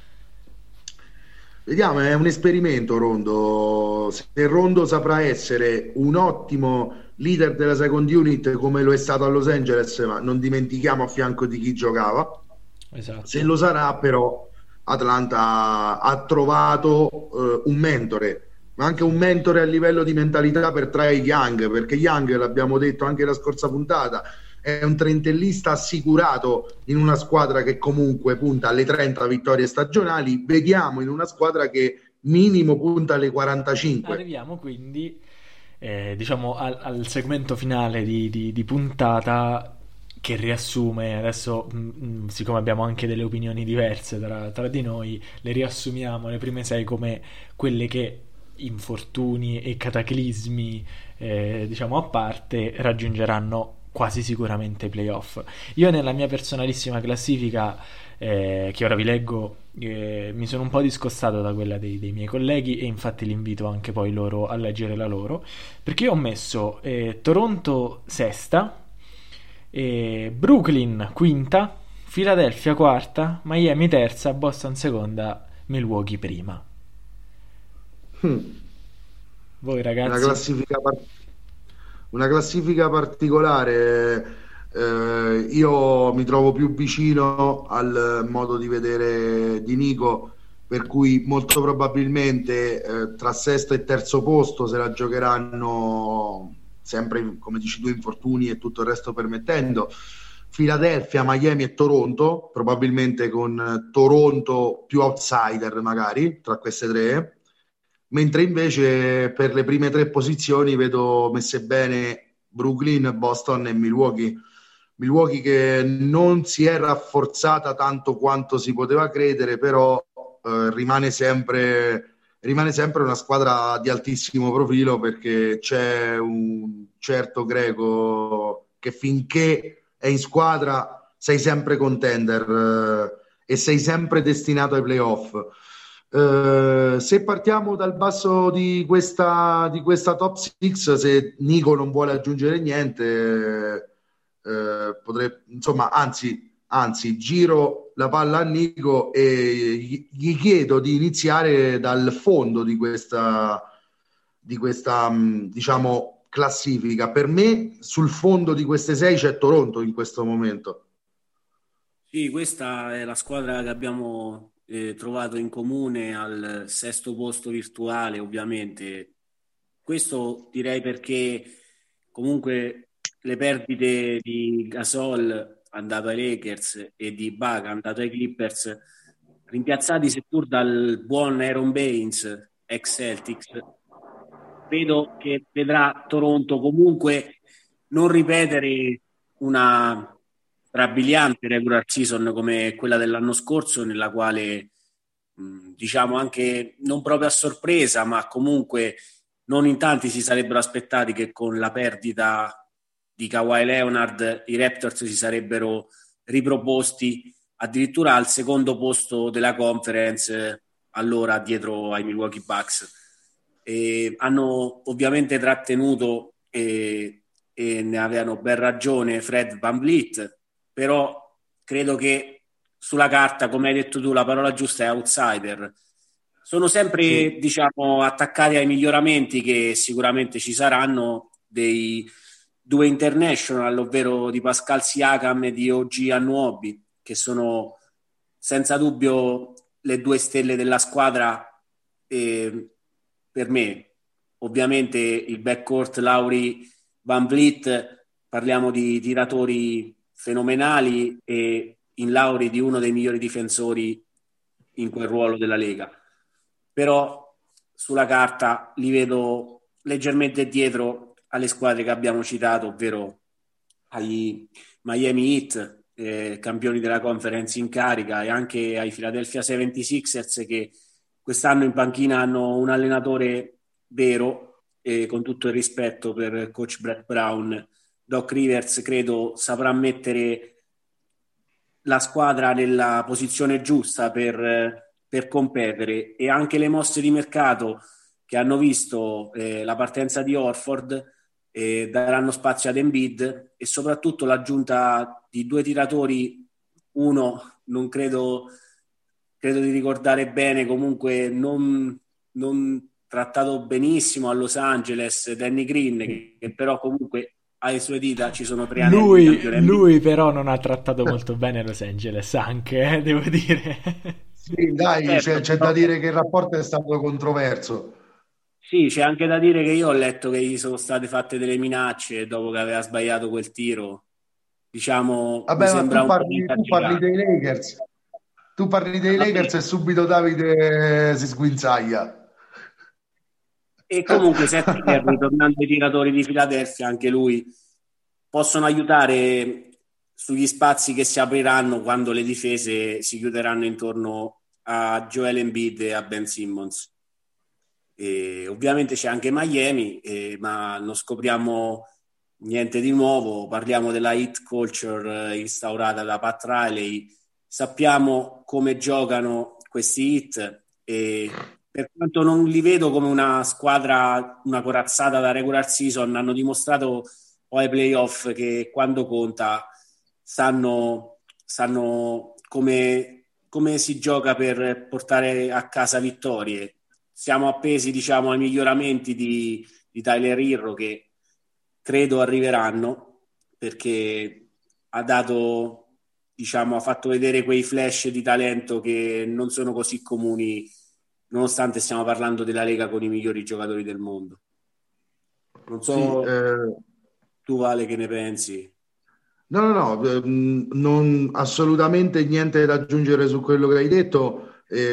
S2: Vediamo, è un esperimento Rondo. Se Rondo saprà essere un ottimo leader della second unit come lo è stato a Los Angeles, ma non dimentichiamo a fianco di chi giocava. Esatto. Se lo sarà, però Atlanta ha trovato uh, un mentore ma anche un mentore a livello di mentalità per Trae Young, perché Young, l'abbiamo detto anche la scorsa puntata, è un trentellista assicurato in una squadra che comunque punta alle trenta vittorie stagionali. Vediamo in una squadra che minimo punta alle quarantacinque.
S1: Arriviamo quindi, eh, diciamo, al, al segmento finale di, di- di puntata che riassume, adesso, mh, mh, siccome abbiamo anche delle opinioni diverse tra, tra di noi, le riassumiamo le prime sei come quelle che, infortuni e cataclismi, eh, diciamo a parte, raggiungeranno quasi sicuramente i playoff. Io nella mia personalissima classifica, eh, che ora vi leggo, eh, mi sono un po' discostato da quella dei, dei miei colleghi, e infatti li invito anche poi loro a leggere la loro, perché io ho messo eh, Toronto sesta, eh, Brooklyn quinta, Philadelphia quarta, Miami terza, Boston seconda, Milwaukee prima.
S2: Hmm.
S1: Voi
S2: Una
S1: ragazzi?
S2: classifica, par- una classifica particolare. Eh, io mi trovo più vicino al modo di vedere di Nico, per cui molto probabilmente eh, tra sesto e terzo posto se la giocheranno sempre, come dici tu, infortuni e tutto il resto permettendo. Philadelphia, Miami e Toronto, probabilmente con eh, Toronto più outsider magari tra queste tre, mentre invece per le prime tre posizioni vedo messe bene Brooklyn, Boston e Milwaukee. Milwaukee che non si è rafforzata tanto quanto si poteva credere, però eh, rimane sempre rimane sempre una squadra di altissimo profilo, perché c'è un certo Greco che finché è in squadra sei sempre contender, eh, e sei sempre destinato ai playoff. Eh, se partiamo dal basso di questa, di questa top sei, se Nico non vuole aggiungere niente, eh, potrei, insomma, anzi, anzi, giro la palla a Nico e gli, gli chiedo di iniziare dal fondo di questa, di questa, mh, diciamo, classifica. Per me, sul fondo di queste sei c'è Toronto in questo momento.
S3: Sì, questa è la squadra che abbiamo eh, trovato in comune al sesto posto virtuale, ovviamente. Questo direi perché comunque le perdite di Gasol andato ai Lakers e di Baga andato ai Clippers, rimpiazzati seppur dal buon Aaron Baines, ex Celtics, vedo che vedrà Toronto comunque non ripetere una strabiliante regular season come quella dell'anno scorso, nella quale mh, diciamo anche non proprio a sorpresa, ma comunque non in tanti si sarebbero aspettati che con la perdita di Kawhi Leonard i Raptors si sarebbero riproposti addirittura al secondo posto della conference, allora dietro ai Milwaukee Bucks. E hanno ovviamente trattenuto e, e ne avevano ben ragione Fred VanVleet, però credo che sulla carta, come hai detto tu, la parola giusta è outsider. Sono sempre,
S2: Sì.
S3: diciamo, attaccati ai miglioramenti che sicuramente ci saranno dei due international, ovvero di Pascal Siakam e di O G Anunoby, che sono senza dubbio le due stelle della squadra. E per me, ovviamente, il backcourt Lauri Van Vliet, parliamo di tiratori fenomenali e in Lauri di uno dei migliori difensori in quel ruolo della Lega. Però sulla carta li vedo leggermente dietro alle squadre che abbiamo citato, ovvero agli Miami Heat, eh, campioni della conference in carica, e anche ai Philadelphia settantasei ers, che quest'anno in panchina hanno un allenatore vero, e con tutto il rispetto per coach Brett Brown, Doc Rivers credo saprà mettere la squadra nella posizione giusta per, per competere, e anche le mosse di mercato che hanno visto eh, la partenza di Horford eh, daranno spazio ad Embiid, e soprattutto l'aggiunta di due tiratori, uno non credo credo di ricordare bene, comunque non, non trattato benissimo a Los Angeles, Danny Green, che, che però comunque alle sue dita ci sono tre anelli di
S1: Lui,
S3: campione N B A.
S1: lui però non ha trattato molto bene Los Angeles anche, eh, devo dire.
S2: Sì, dai,
S3: Certo,
S2: c'è, c'è
S3: però
S2: da dire che il rapporto è stato controverso.
S3: Sì, c'è anche da dire che io ho letto che gli sono state fatte delle minacce dopo che aveva sbagliato quel tiro. Diciamo, mi
S2: Vabbè, ma
S3: sembra
S2: tu
S3: un po'
S2: parli, tu parli
S3: esagerato.
S2: dei Lakers, tu parli dei
S3: Vabbè,
S2: Lakers e subito Davide si sguinzaglia.
S3: e comunque Seth Curry, tornando ai tiratori di Philadelphia, anche lui possono aiutare sugli spazi che si apriranno quando le difese si chiuderanno intorno a Joel Embiid e a Ben Simmons. E ovviamente c'è anche Miami, eh, ma non scopriamo niente di nuovo. Parliamo della hit culture eh, instaurata da Pat Riley. Sappiamo come giocano questi hit e per quanto non li vedo come una squadra, una corazzata da regular season, hanno dimostrato poi ai playoff che quando conta sanno, sanno come, come si gioca per portare a casa vittorie. Siamo appesi, diciamo, ai miglioramenti di, di Tyler Herro che credo arriveranno perché ha dato, diciamo, ha fatto vedere quei flash di talento che non sono così comuni, nonostante stiamo parlando della Lega con i migliori giocatori del mondo. Non
S2: Sì,
S3: so
S2: eh,
S3: tu, Vale, che ne pensi?
S2: no, no, no, ehm, non assolutamente niente da aggiungere su quello che hai detto,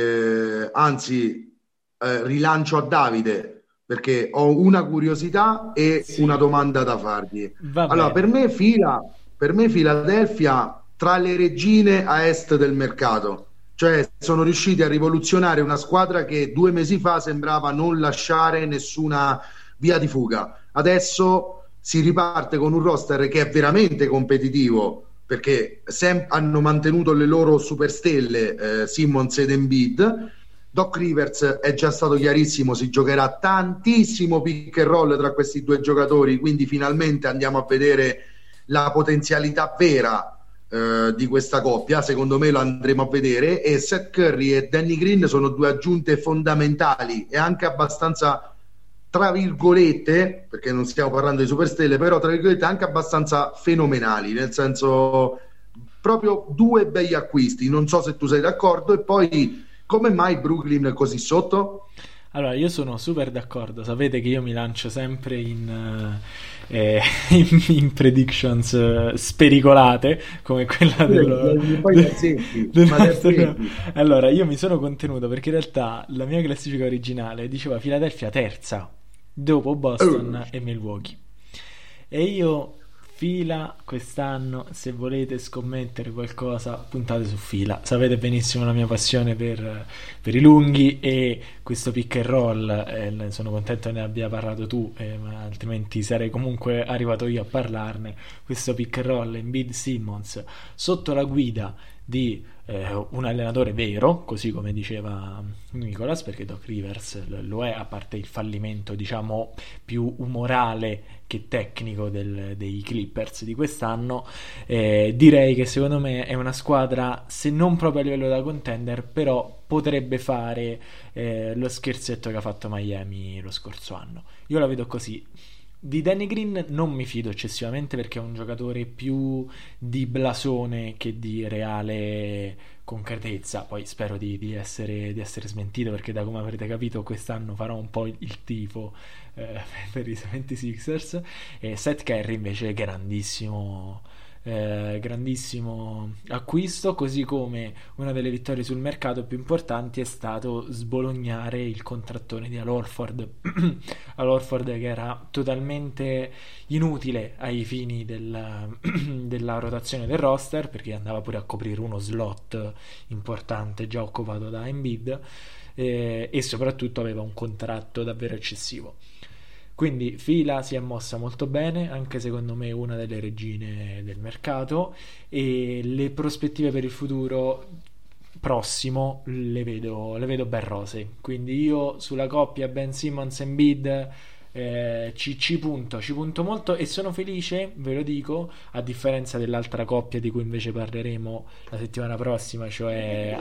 S2: eh, anzi, eh, rilancio a Davide perché ho una curiosità e una
S1: Sì,
S2: domanda da fargli.
S1: va
S2: Allora, per
S1: bene.
S2: me, Fila, per me Philadelphia tra le regine a est del mercato, cioè sono riusciti a rivoluzionare una squadra che due mesi fa sembrava non lasciare nessuna via di fuga. Adesso si riparte con un roster che è veramente competitivo perché sem- hanno mantenuto le loro superstelle eh, Simmons ed Embiid. Doc Rivers è già stato chiarissimo, si giocherà tantissimo pick and roll tra questi due giocatori, quindi finalmente andiamo a vedere la potenzialità vera eh, di questa coppia, secondo me lo andremo a vedere, e Seth Curry e Danny Green sono due aggiunte fondamentali e anche abbastanza, tra virgolette, perché non stiamo parlando di superstelle, però tra virgolette anche abbastanza fenomenali, nel senso proprio due bei acquisti, non so se tu sei d'accordo. E poi come mai Brooklyn è così sotto?
S1: Allora, io sono super d'accordo. Sapete che io mi lancio sempre in, eh, in, in predictions eh, spericolate, come quella dello,
S2: Poi
S1: de-
S2: li azzecchi,
S1: del
S2: ma li
S1: nostro.
S2: azzecchi.
S1: Allora, io mi sono contenuto perché in realtà la mia classifica originale diceva Philadelphia terza, dopo
S2: Oh.
S1: Boston e Milwaukee. E io Fila quest'anno, se volete scommettere qualcosa, puntate su Fila. Sapete benissimo la mia passione per, per i lunghi e questo pick and roll. Eh, sono contento che ne abbia parlato tu, eh, ma altrimenti sarei comunque arrivato io a parlarne. Questo pick and roll Embiid Simmons sotto la guida di eh, un allenatore vero, così come diceva Nicolas, perché Doc Rivers lo è, a parte il fallimento diciamo più umorale che tecnico del, dei Clippers di quest'anno. Eh, direi che secondo me è una squadra, se non proprio a livello da contender, però potrebbe fare eh, lo scherzetto che ha fatto Miami lo scorso anno. Io la vedo così. Di Danny Green non mi fido eccessivamente perché è un giocatore più di blasone che di reale concretezza. Poi spero di, di essere, di essere smentito perché, da come avrete capito, quest'anno farò un po' il, il tifo eh, per i settantasei ers. E Seth Curry invece è grandissimo. Eh, grandissimo acquisto, così come una delle vittorie sul mercato più importanti è stato sbolognare il contrattone di Al Horford Al Horford che era totalmente inutile ai fini della, della rotazione del roster perché andava pure a coprire uno slot importante già occupato da Embiid, eh, e soprattutto aveva un contratto davvero eccessivo. Quindi Fila si è mossa molto bene, anche secondo me una delle regine del mercato, e le prospettive per il futuro prossimo le vedo, le vedo ben rose. Quindi io sulla coppia Ben Simmons e Embiid eh, ci, ci punto, ci punto molto e sono felice, ve lo dico, a differenza dell'altra coppia di cui invece parleremo la settimana prossima, cioè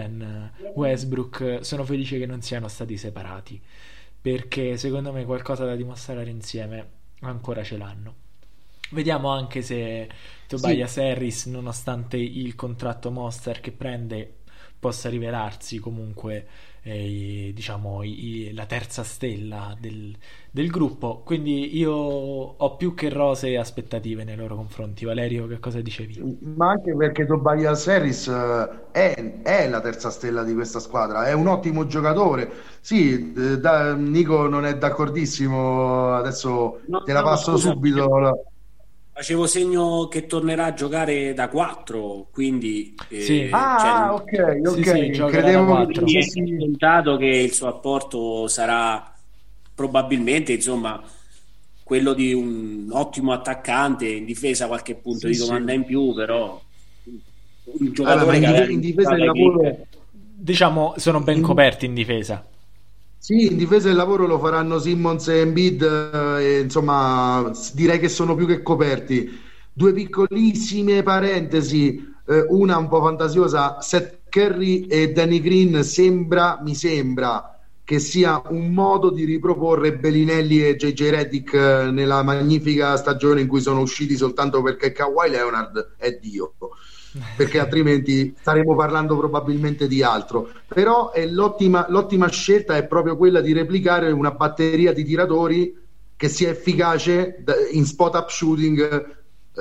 S1: Harden-Westbrook, sono felice che non siano stati separati perché secondo me qualcosa da dimostrare insieme ancora ce l'hanno. Vediamo anche se
S2: Sì,
S1: Tobias Harris, nonostante il contratto monster che prende, possa rivelarsi comunque eh, i- diciamo i- i- la terza stella del, del gruppo, quindi io ho più che rose aspettative nei loro confronti. Valerio, che cosa dicevi?
S2: Ma anche perché Tobias Harris eh, è, è la terza stella di questa squadra, è un ottimo giocatore. Sì, eh, da- Nico non è d'accordissimo, adesso
S3: No,
S2: te la
S3: no,
S2: passo
S3: scusa,
S2: subito. la-
S3: facevo segno che tornerà a giocare da quattro, quindi
S1: Sì,
S3: eh, cioè,
S2: Ah, ah,
S3: non
S2: ok,
S1: sì, sì,
S2: ok,
S1: giocherà da
S2: credevo che
S1: quattro.
S3: è
S2: dicessi...
S3: scontato che il suo apporto sarà probabilmente, insomma, quello di un ottimo attaccante, in difesa qualche punto
S2: Sì,
S3: di
S2: sì.
S3: domanda in più, però un
S2: Vabbè, ma
S3: giocatore
S2: in,
S3: che aveva
S2: dife- in difesa
S3: dimostrato
S2: del
S3: ai Clippers.
S2: lavoro...
S1: Diciamo, sono ben
S2: in-
S1: coperti in difesa.
S2: Sì, in difesa del lavoro lo faranno Simmons e Embiid, eh, e, insomma, s- direi che sono più che coperti. Due piccolissime parentesi, eh, una un po' fantasiosa, Seth Curry e Danny Green sembra, mi sembra che sia un modo di riproporre Bellinelli e J J Redick eh, nella magnifica stagione in cui sono usciti soltanto perché Kawhi Leonard è Dio, perché altrimenti staremo parlando probabilmente di altro. Però è l'ottima, l'ottima scelta è proprio quella di replicare una batteria di tiratori che sia efficace da- in spot up shooting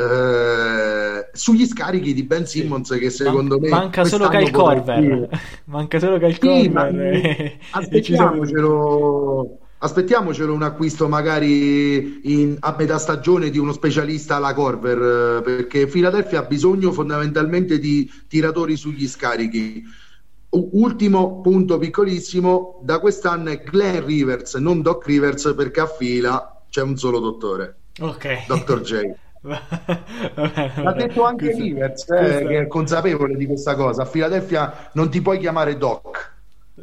S2: eh, sugli scarichi di Ben
S1: Sì.
S2: Simmons, che
S1: Man-
S2: secondo me
S1: manca solo
S2: quest'anno
S1: Kyle
S2: potresti...
S1: Korver. Manca solo Kyle
S2: Sì, ma
S1: Korver
S2: mh,
S1: e, e ci siamo tutti.
S2: aspettiamocelo, aspettiamocelo un acquisto magari in- a metà stagione di uno specialista alla Corver, eh, perché Philadelphia ha bisogno fondamentalmente di tiratori sugli scarichi. U- ultimo punto piccolissimo, da quest'anno è Glenn Rivers, non Doc Rivers, perché a fila c'è un solo dottore,
S1: Ok.
S2: dottor J.
S1: Vabbè,
S2: L'ha
S1: allora,
S2: detto anche
S1: questa,
S2: Rivers, eh, che
S1: questa...
S2: è consapevole di questa cosa. A Philadelphia non ti puoi chiamare Doc.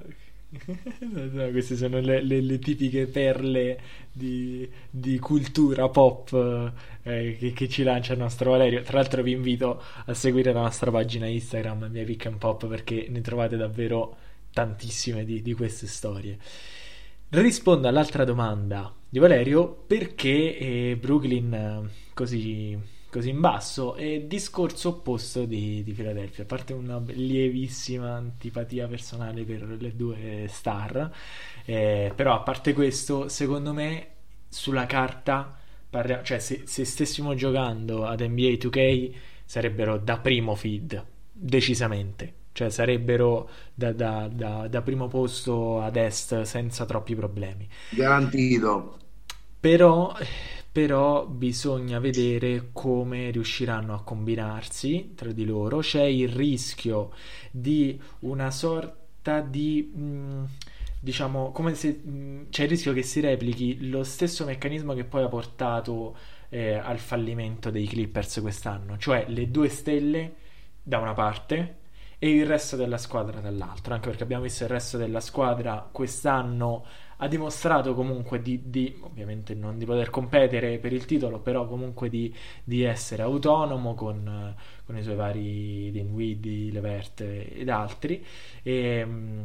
S1: No, queste sono le, le- le tipiche perle di, di cultura pop eh, che, che ci lancia il nostro Valerio. Tra l'altro vi invito a seguire la nostra pagina Instagram, Mia Pick and Pop, perché ne trovate davvero tantissime di, di queste storie. Rispondo all'altra domanda di Valerio: perché eh, Brooklyn eh, così, così in basso? È discorso opposto di, di Philadelphia, a parte una lievissima antipatia personale per le due star, eh, però a parte questo, secondo me sulla carta, parlia- cioè se, se stessimo giocando ad N B A due K sarebbero da primo feed, decisamente. Cioè sarebbero da, da- da- da primo posto ad est senza troppi problemi.
S2: Garantito.
S1: Però, però bisogna vedere come riusciranno a combinarsi tra di loro. C'è il rischio di una sorta di... mh, diciamo, come se mh, c'è il rischio che si replichi lo stesso meccanismo che poi ha portato eh, al fallimento dei Clippers quest'anno, cioè le due stelle da una parte e il resto della squadra dall'altra, anche perché abbiamo visto il resto della squadra quest'anno ha dimostrato comunque di, di- ovviamente non di poter competere per il titolo, però comunque di, di essere autonomo con, eh, con i suoi vari Dinwiddie, Levert ed altri. E, mm,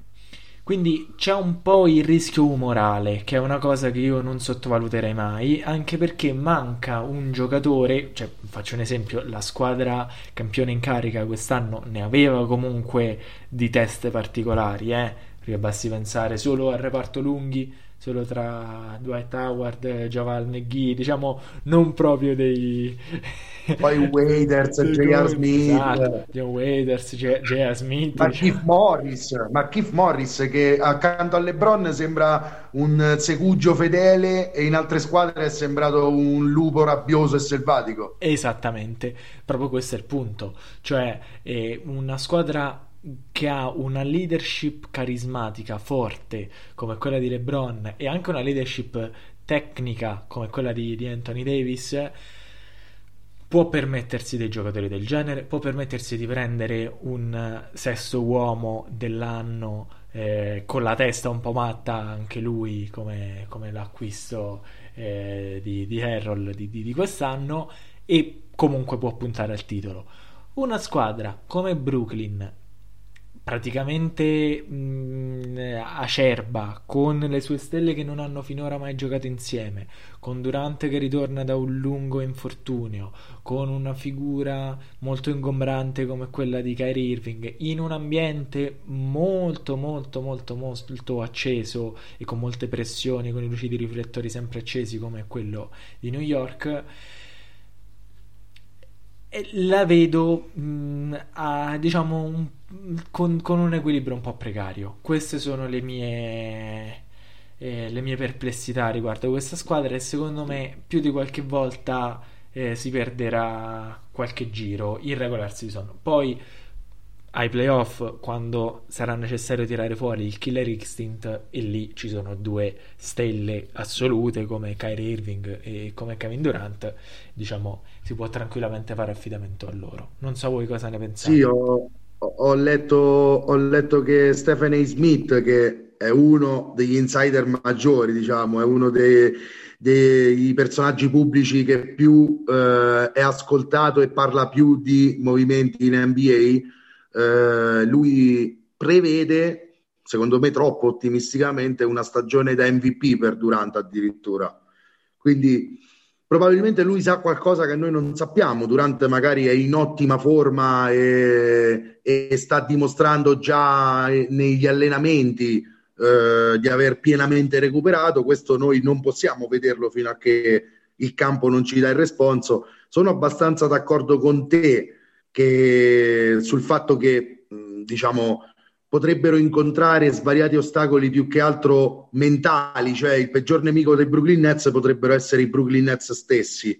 S1: quindi c'è un po' il rischio umorale, che è una cosa che io non sottovaluterei mai, anche perché manca un giocatore, cioè faccio un esempio, la squadra campione in carica quest'anno ne aveva comunque di teste particolari, eh, perché basti pensare solo al reparto lunghi, solo tra Dwight Howard, Javal McGee, diciamo non proprio dei...
S2: Poi Waders,
S1: dei
S2: J R.
S1: conti, esatto,
S2: Smith,
S1: John Waders, J R. Smith,
S2: Markieff
S1: diciamo.
S2: Morris, Markieff Morris che accanto a LeBron sembra un segugio fedele e in altre squadre è sembrato un lupo rabbioso e selvatico.
S1: Esattamente, proprio questo è il punto, cioè è una squadra che ha una leadership carismatica forte come quella di LeBron e anche una leadership tecnica come quella di, di Anthony Davis, può permettersi dei giocatori del genere, può permettersi di prendere un sesto uomo dell'anno eh, con la testa un po' matta anche lui come, come l'acquisto eh, di, di Harrell di, di, di quest'anno, e comunque può puntare al titolo. Una squadra come Brooklyn praticamente mh, acerba, con le sue stelle che non hanno finora mai giocato insieme, con Durant che ritorna da un lungo infortunio, con una figura molto ingombrante come quella di Kyrie Irving, in un ambiente molto molto molto molto acceso e con molte pressioni, con i lucidi riflettori sempre accesi come quello di New York. E la vedo mh, a, diciamo un- con, con un equilibrio un po' precario. Queste sono le mie, eh, le mie perplessità riguardo questa squadra, e secondo me più di qualche volta eh, si perderà qualche giro in regular season. Poi ai playoff, quando sarà necessario tirare fuori il killer instinct, e lì ci sono due stelle assolute come Kyrie Irving e come Kevin Durant, diciamo si può tranquillamente fare affidamento a loro. Non so voi cosa ne
S2: Sì,
S1: pensate.
S2: ho, ho letto, ho letto che Stephen A. Smith, che è uno degli insider maggiori, diciamo, è uno dei, dei personaggi pubblici che più eh, è ascoltato e parla più di movimenti in N B A, eh, lui prevede, secondo me troppo ottimisticamente, una stagione da M V P per Durant addirittura. Quindi probabilmente lui sa qualcosa che noi non sappiamo. Durant magari è in ottima forma e, e sta dimostrando già negli allenamenti eh, di aver pienamente recuperato. Questo noi non possiamo vederlo fino a che il campo non ci dà il responso. Sono abbastanza d'accordo con te che, sul fatto che mh, diciamo potrebbero incontrare svariati ostacoli più che altro mentali, cioè il peggior nemico dei Brooklyn Nets potrebbero essere i Brooklyn Nets stessi.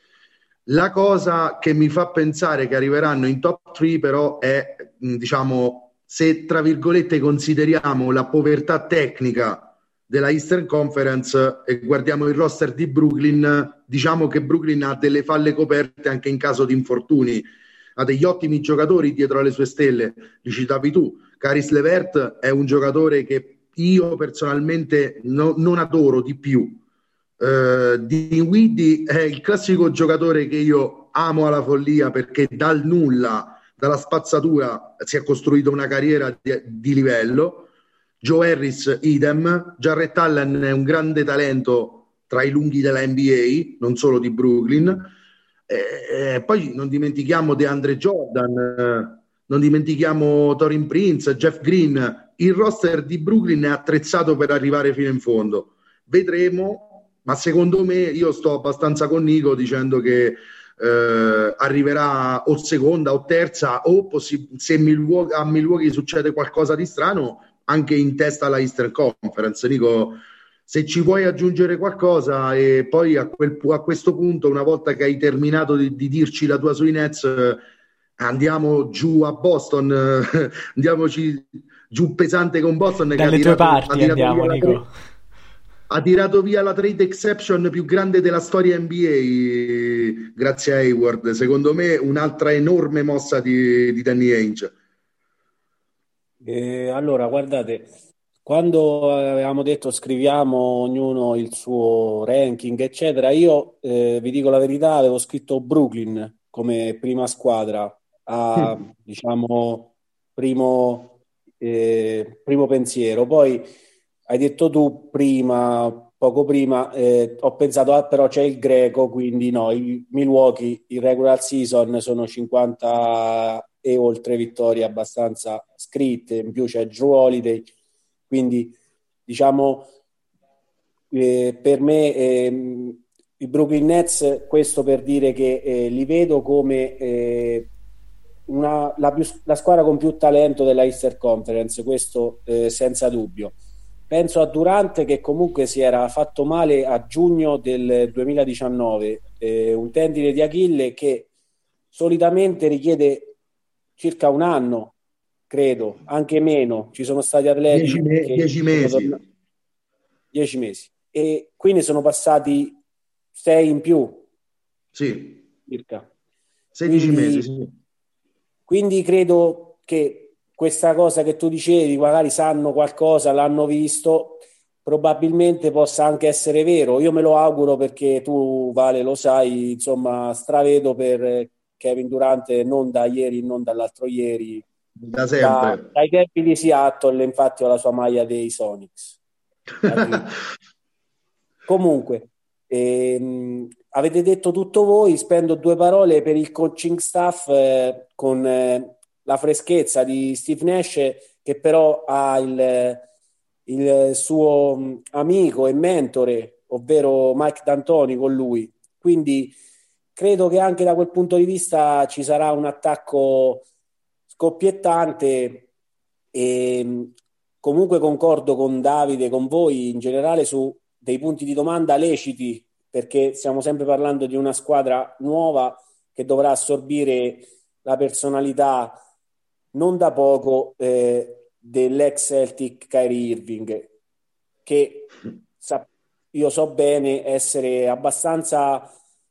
S2: La cosa che mi fa pensare che arriveranno in top tre però è, mh, diciamo, se tra virgolette consideriamo la povertà tecnica della Eastern Conference e guardiamo il roster di Brooklyn, diciamo che Brooklyn ha delle falle coperte anche in caso di infortuni, ha degli ottimi giocatori dietro alle sue stelle, li citavi tu. Caris LeVert è un giocatore che io personalmente no, non adoro di più. Uh, Dinwiddie è il classico giocatore che io amo alla follia perché dal nulla, dalla spazzatura, si è costruito una carriera di, di livello. Joe Harris, idem. Jarrett Allen è un grande talento tra i lunghi della N B A, non solo di Brooklyn. E, e poi non dimentichiamo DeAndre Jordan, eh, non dimentichiamo Torin Prince, Jeff Green. Il roster di Brooklyn è attrezzato per arrivare fino in fondo. Vedremo, ma secondo me io sto abbastanza con Nico dicendo che eh, arriverà o seconda o terza, o possi- se Milwaukee, a Milwaukee succede qualcosa di strano, anche in testa alla Eastern Conference. Nico, se ci vuoi aggiungere qualcosa, e poi a, quel, a questo punto, una volta che hai terminato di, di dirci la tua sui Nets, eh, andiamo giù a Boston, eh, andiamoci giù pesante con Boston che ha
S1: Dalle tue
S2: tirato, ha
S1: parti
S2: tirato
S1: andiamo,
S2: via la
S1: Nico.
S2: tre, ha tirato via la trade exception più grande della storia N B A grazie a Hayward. Secondo me un'altra enorme mossa di, di Danny Ainge.
S3: Eh, allora, guardate, quando avevamo detto scriviamo ognuno il suo ranking, eccetera, io eh, vi dico la verità, avevo scritto Brooklyn come prima squadra, a,
S2: Mm.
S3: diciamo, primo, eh, primo pensiero. Poi hai detto tu prima, poco prima, eh, ho pensato, ah, però c'è il Greco, quindi no, il Milwaukee, il regular season sono cinquanta e oltre vittorie abbastanza scritte, in più c'è Drew Holiday, quindi diciamo eh, per me eh, i Brooklyn Nets, questo per dire che eh, li vedo come eh, una, la, più, la squadra con più talento della Eastern Conference, questo eh, senza dubbio. Penso a Durant che comunque si era fatto male a giugno del duemiladiciannove, eh, un tendine di Achille che solitamente richiede circa un anno, credo, anche meno. Ci sono stati
S2: Dieci,
S3: atleti
S2: me-
S3: che
S2: dieci
S3: sono
S2: mesi.
S3: tornati dieci mesi e quindi sono passati sei in più
S2: Sì,
S3: circa.
S2: sedici mesi,
S3: Quindi,
S2: sì.
S3: quindi credo che questa cosa che tu dicevi, magari sanno qualcosa, l'hanno visto, probabilmente possa anche essere vero. Io me lo auguro perché tu, Vale, lo sai, insomma, stravedo per Kevin Durant non da ieri, non dall'altro ieri,
S2: da
S3: Da-
S2: sempre.
S3: dai tempi di Seattle, infatti ho la sua maglia dei Sonics. La Dream. Comunque, ehm, avete detto tutto voi, spendo due parole per il coaching staff eh, con eh, la freschezza di Steve Nash, che però ha il, il suo mh, amico e mentore, ovvero Mike D'Antoni, con lui. Quindi credo che anche da quel punto di vista ci sarà un attacco scoppiettante e mh, comunque concordo con Davide, con voi in generale su dei punti di domanda leciti, perché stiamo sempre parlando di una squadra nuova che dovrà assorbire la personalità non da poco eh, dell'ex Celtic Kyrie Irving, che sa- io so bene essere abbastanza,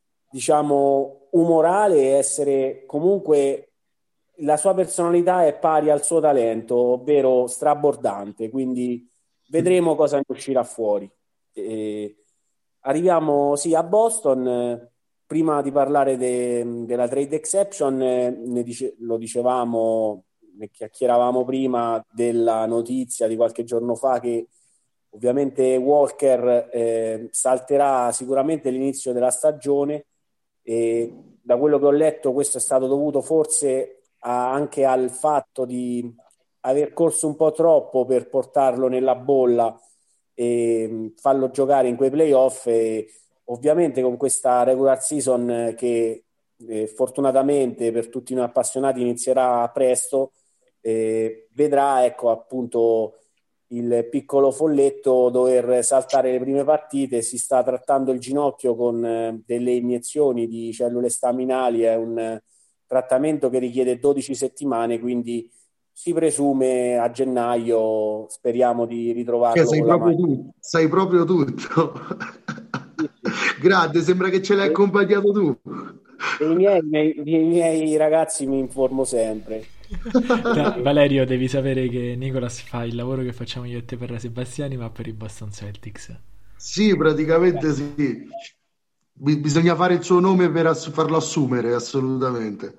S3: diciamo, umorale e essere comunque la sua personalità è pari al suo talento, ovvero strabordante, quindi vedremo cosa ne uscirà fuori. E arriviamo sì a Boston. eh, Prima di parlare de- della trade exception, eh, ne dice- lo dicevamo, ne chiacchieravamo prima della notizia di qualche giorno fa che ovviamente Walker eh, salterà sicuramente l'inizio della stagione e da quello che ho letto questo è stato dovuto forse a- anche al fatto di aver corso un po' troppo per portarlo nella bolla e mh, farlo giocare in quei playoff e ovviamente con questa regular season eh, che eh, fortunatamente per tutti noi appassionati inizierà presto, eh, vedrà ecco appunto il piccolo folletto dover saltare le prime partite, si sta trattando il ginocchio con eh, delle iniezioni di cellule staminali, è un eh, trattamento che richiede dodici settimane, quindi si presume a gennaio, speriamo di
S2: Cioè,
S3: ritrovarlo
S2: sai
S3: con la
S2: proprio
S3: maglia.
S2: tu, sai proprio tutto.
S3: Sì, sì.
S2: Grande, sembra che ce l'hai
S3: E-
S2: accompagnato tu.
S3: Dei miei, dei miei ragazzi mi informo sempre.
S1: Da-
S3: E-
S1: Valerio, devi sapere che Nicolas fa il lavoro che facciamo io e te per la Sebastiani, ma per i Boston Celtics.
S2: Sì, praticamente sì. Bi- bisogna fare il suo nome per ass- farlo assumere, assolutamente.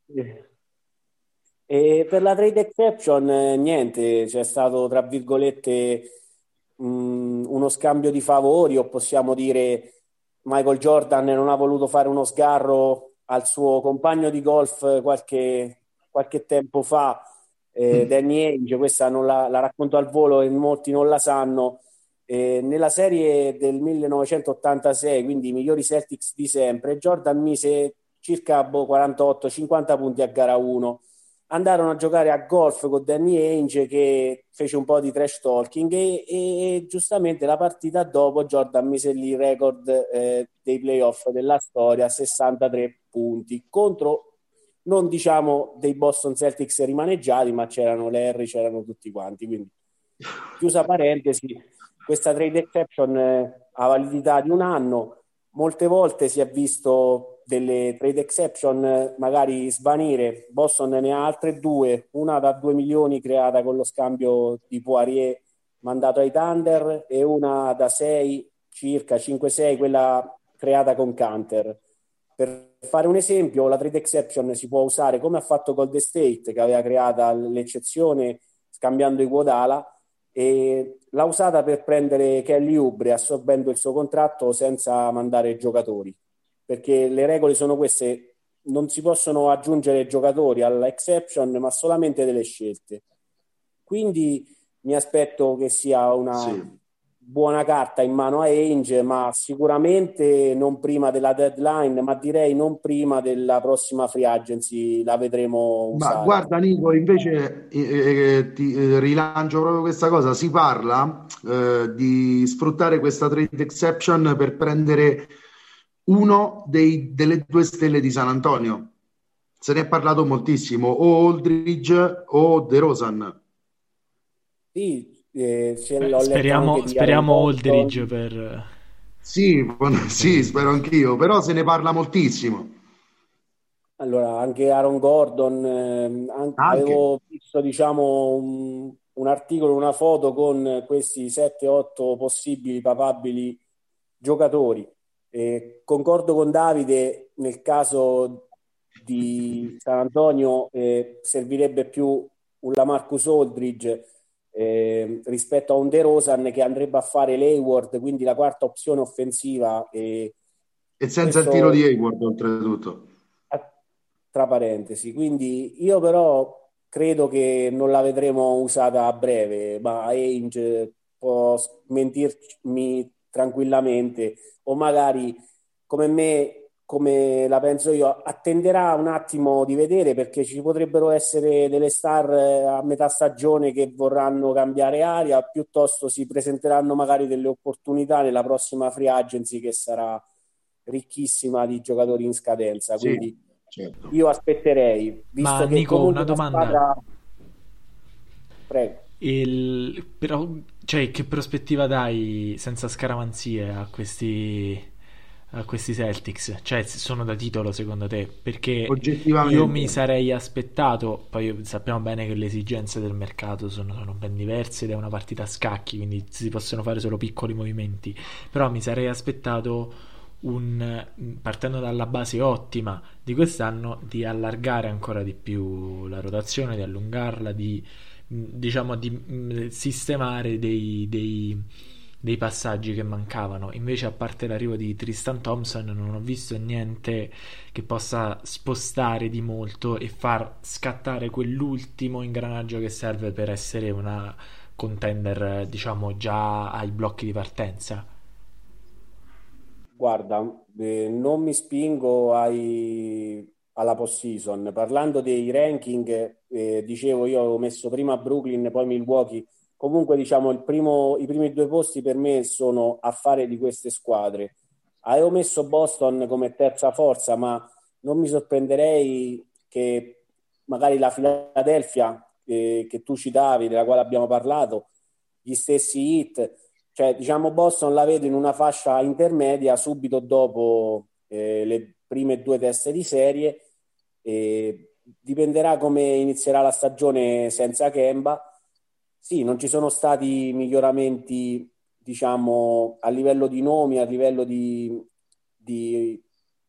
S3: E per la trade exception, eh, niente, c'è stato tra virgolette mh, uno scambio di favori, o possiamo dire Michael Jordan non ha voluto fare uno sgarro al suo compagno di golf qualche, qualche tempo fa, eh, Danny Ainge, questa non la, la racconto al volo e molti non la sanno. Eh, nella serie del millenovecentottantasei, quindi i migliori Celtics di sempre, Jordan mise circa boh, quarantotto cinquanta punti a gara uno. Andarono a giocare a golf con Danny Ainge che fece un po' di trash talking e, e- e giustamente la partita dopo Jordan mise lì il record eh, dei playoff della storia, sessantatré punti contro non diciamo dei Boston Celtics rimaneggiati, ma c'erano Larry, c'erano tutti quanti, quindi chiusa parentesi, questa trade exception eh, ha validità di un anno. Molte volte si è visto delle trade exception eh, magari svanire. Boston ne ha altre due, una da due milioni creata con lo scambio di Poirier mandato ai Thunder e una da sei, circa cinque sei, quella creata con Canter. Per fare un esempio, la trade exception si può usare come ha fatto Golden State, che aveva creata l'eccezione scambiando Iguodala, e l'ha usata per prendere Kelly Oubre assorbendo il suo contratto senza mandare giocatori, perché le regole sono queste, non si possono aggiungere giocatori alla exception ma solamente delle scelte, quindi mi aspetto che sia una
S2: Sì.
S3: buona carta in mano a Ainge, ma sicuramente non prima della deadline, ma direi non prima della prossima free agency la vedremo
S2: Ma
S3: usare.
S2: guarda Nico, invece eh, eh, ti eh, rilancio proprio questa cosa. Si parla eh, di sfruttare questa trade exception per prendere uno dei- delle due stelle di San Antonio. Se ne è parlato moltissimo, o Aldridge o DeRozan.
S3: Sì, eh, ce
S1: Beh,
S3: l'ho letto anche
S1: speriamo,
S3: di Aaron
S1: speriamo Aldridge
S3: Gordon.
S1: per,
S2: Sì,
S1: per
S2: sì,
S1: i
S2: spero
S1: Knicks.
S2: anch'io, però se ne parla moltissimo.
S3: Allora, anche Aaron Gordon, ehm, an-
S2: Anche.
S3: avevo visto, diciamo, un, un articolo, una foto con questi sette otto possibili papabili giocatori. E concordo con Davide nel caso di San Antonio eh, servirebbe più un Lamarcus Aldridge eh, rispetto a un DeRozan che andrebbe a fare l'Hayward, quindi la quarta opzione offensiva. E
S2: E senza il tiro
S3: questo
S2: di Hayward, oltretutto.
S3: tra parentesi. Quindi io però credo che non la vedremo usata a breve, ma Ainge può smentirmi tranquillamente, o magari come me, come la penso io, attenderà un attimo di vedere, perché ci potrebbero essere delle star eh, a metà stagione che vorranno cambiare aria, piuttosto si presenteranno magari delle opportunità nella prossima free agency che sarà ricchissima di giocatori in scadenza.
S2: Sì,
S3: Quindi
S2: certo.
S3: io aspetterei,
S1: Ma
S3: visto che
S1: Nico, una
S3: comunque la
S1: domanda.
S3: squadra... Prego.
S1: Il, però, cioè, che prospettiva dai senza scaramanzie a questi, a questi Celtics? Cioè, se sono da titolo secondo te? Perché io mi
S2: Oggettivamente.
S1: sarei aspettato, poi sappiamo bene che le esigenze del mercato sono, sono ben diverse ed è una partita a scacchi, quindi si possono fare solo piccoli movimenti, però mi sarei aspettato un, partendo dalla base ottima di quest'anno, di allargare ancora di più la rotazione, di allungarla, di diciamo di mh, sistemare dei, dei, dei passaggi che mancavano. Invece, a parte l'arrivo di Tristan Thompson, non ho visto niente che possa spostare di molto e far scattare quell'ultimo ingranaggio che serve per essere una contender, diciamo, già ai blocchi di partenza.
S3: Guarda, eh, non mi spingo ai- alla post-season. Parlando dei ranking, eh, dicevo io avevo messo prima Brooklyn, poi Milwaukee. Comunque, diciamo, il primo- i primi due posti per me sono affare di queste squadre. Avevo messo Boston come terza forza, ma non mi sorprenderei che magari la Philadelphia, eh, che tu citavi, della quale abbiamo parlato, gli stessi Heat, cioè diciamo Boston la vedo in una fascia intermedia subito dopo eh, le prime due teste di serie. E dipenderà come inizierà la stagione senza Kemba. Sì, non ci sono stati miglioramenti, diciamo, a livello di nomi, a livello di, di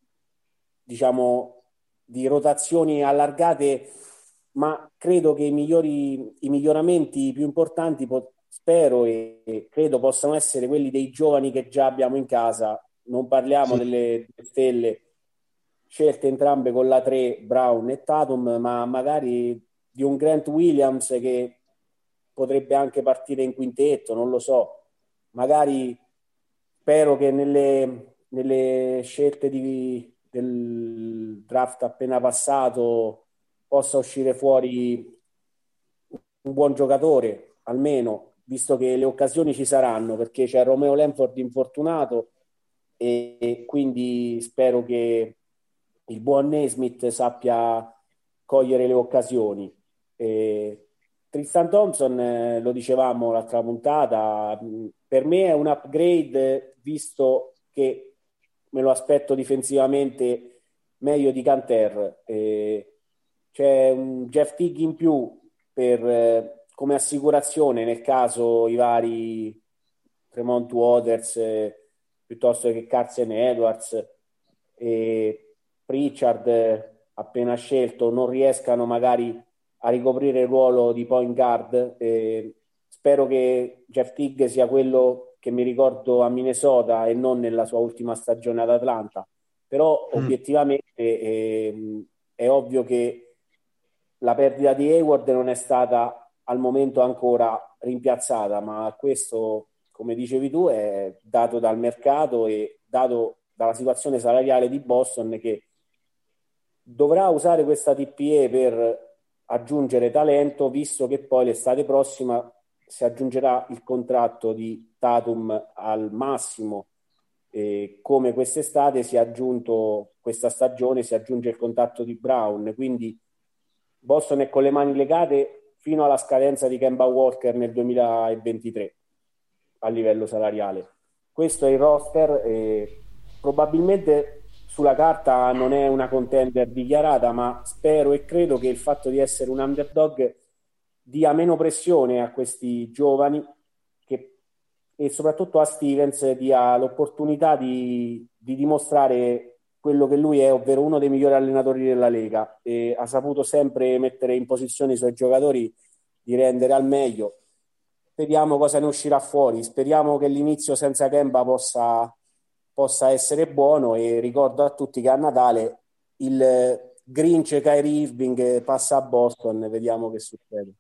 S3: diciamo, di rotazioni allargate, ma credo che i migliori, i miglioramenti più importanti, po- spero e, e credo possano essere quelli dei giovani che già abbiamo in casa. Non parliamo
S2: Sì.
S3: delle delle stelle scelte entrambe con la tre, Brown e Tatum, ma magari di un Grant Williams che potrebbe anche partire in quintetto, non lo so. Magari spero che nelle, nelle scelte di, del draft appena passato possa uscire fuori un buon giocatore, almeno, visto che le occasioni ci saranno, perché c'è Romeo Lanford infortunato e, e quindi spero che il buon Naismith sappia cogliere le occasioni. E Tristan Thompson, eh, lo dicevamo l'altra puntata, mh, per me è un upgrade visto che me lo aspetto difensivamente meglio di Canter. E c'è un Jeff Teague in più per, eh, come assicurazione nel caso i vari Tremont Waters eh, piuttosto che Carson Edwards e Pritchard eh, appena scelto non riescano magari a ricoprire il ruolo di point guard. Eh, spero che Jeff Teague sia quello che mi ricordo a Minnesota e non nella sua ultima stagione ad Atlanta. Però
S2: Mm.
S3: obiettivamente eh, è ovvio che la perdita di Hayward non è stata al momento ancora rimpiazzata, ma questo, come dicevi tu, è dato dal mercato e dato dalla situazione salariale di Boston, che dovrà usare questa T P E per aggiungere talento, visto che poi l'estate prossima si aggiungerà il contratto di Tatum al massimo, e come quest'estate si è aggiunto, questa stagione si aggiunge il contratto di Brown, quindi Boston è con le mani legate fino alla scadenza di Kemba Walker nel duemilaventitré a livello salariale. Questo è il roster e probabilmente sulla carta non è una contender dichiarata, ma spero e credo che il fatto di essere un underdog dia meno pressione a questi giovani che, e soprattutto a Stevens dia l'opportunità di, di dimostrare quello che lui è, ovvero uno dei migliori allenatori della Lega, e ha saputo sempre mettere in posizione i suoi giocatori di rendere al meglio. Speriamo cosa ne uscirà fuori, speriamo che l'inizio senza Kemba possa, possa essere buono, e ricordo a tutti che a Natale il Grinch Kyrie Irving passa a Boston, vediamo che succede.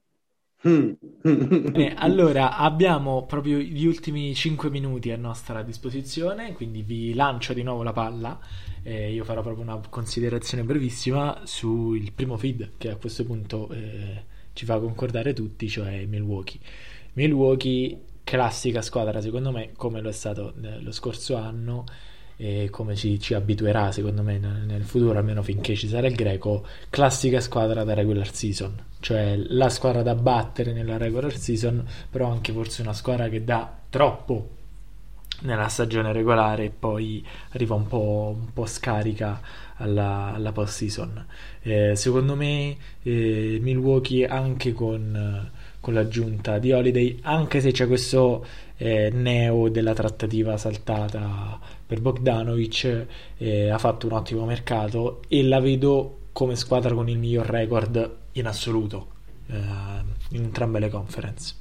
S1: Bene, allora abbiamo proprio gli ultimi cinque minuti a nostra disposizione, quindi vi lancio di nuovo la palla. Eh, io farò proprio una considerazione brevissima sul primo feed che a questo punto eh, ci fa concordare tutti, cioè Milwaukee. Milwaukee, classica squadra secondo me, come lo è stato eh, lo scorso anno, e come ci, ci abituerà secondo me nel, nel futuro, almeno finché ci sarà il greco. Classica squadra da regular season, cioè la squadra da battere nella regular season, però anche forse una squadra che dà troppo nella stagione regolare e poi arriva un po', un po' scarica alla, alla post season. Eh, secondo me eh, Milwaukee, anche con, con l'aggiunta di Holiday, anche se c'è questo eh, neo della trattativa saltata per Bogdanovic, eh, ha fatto un ottimo mercato e la vedo come squadra con il miglior record in assoluto eh, in entrambe le conference.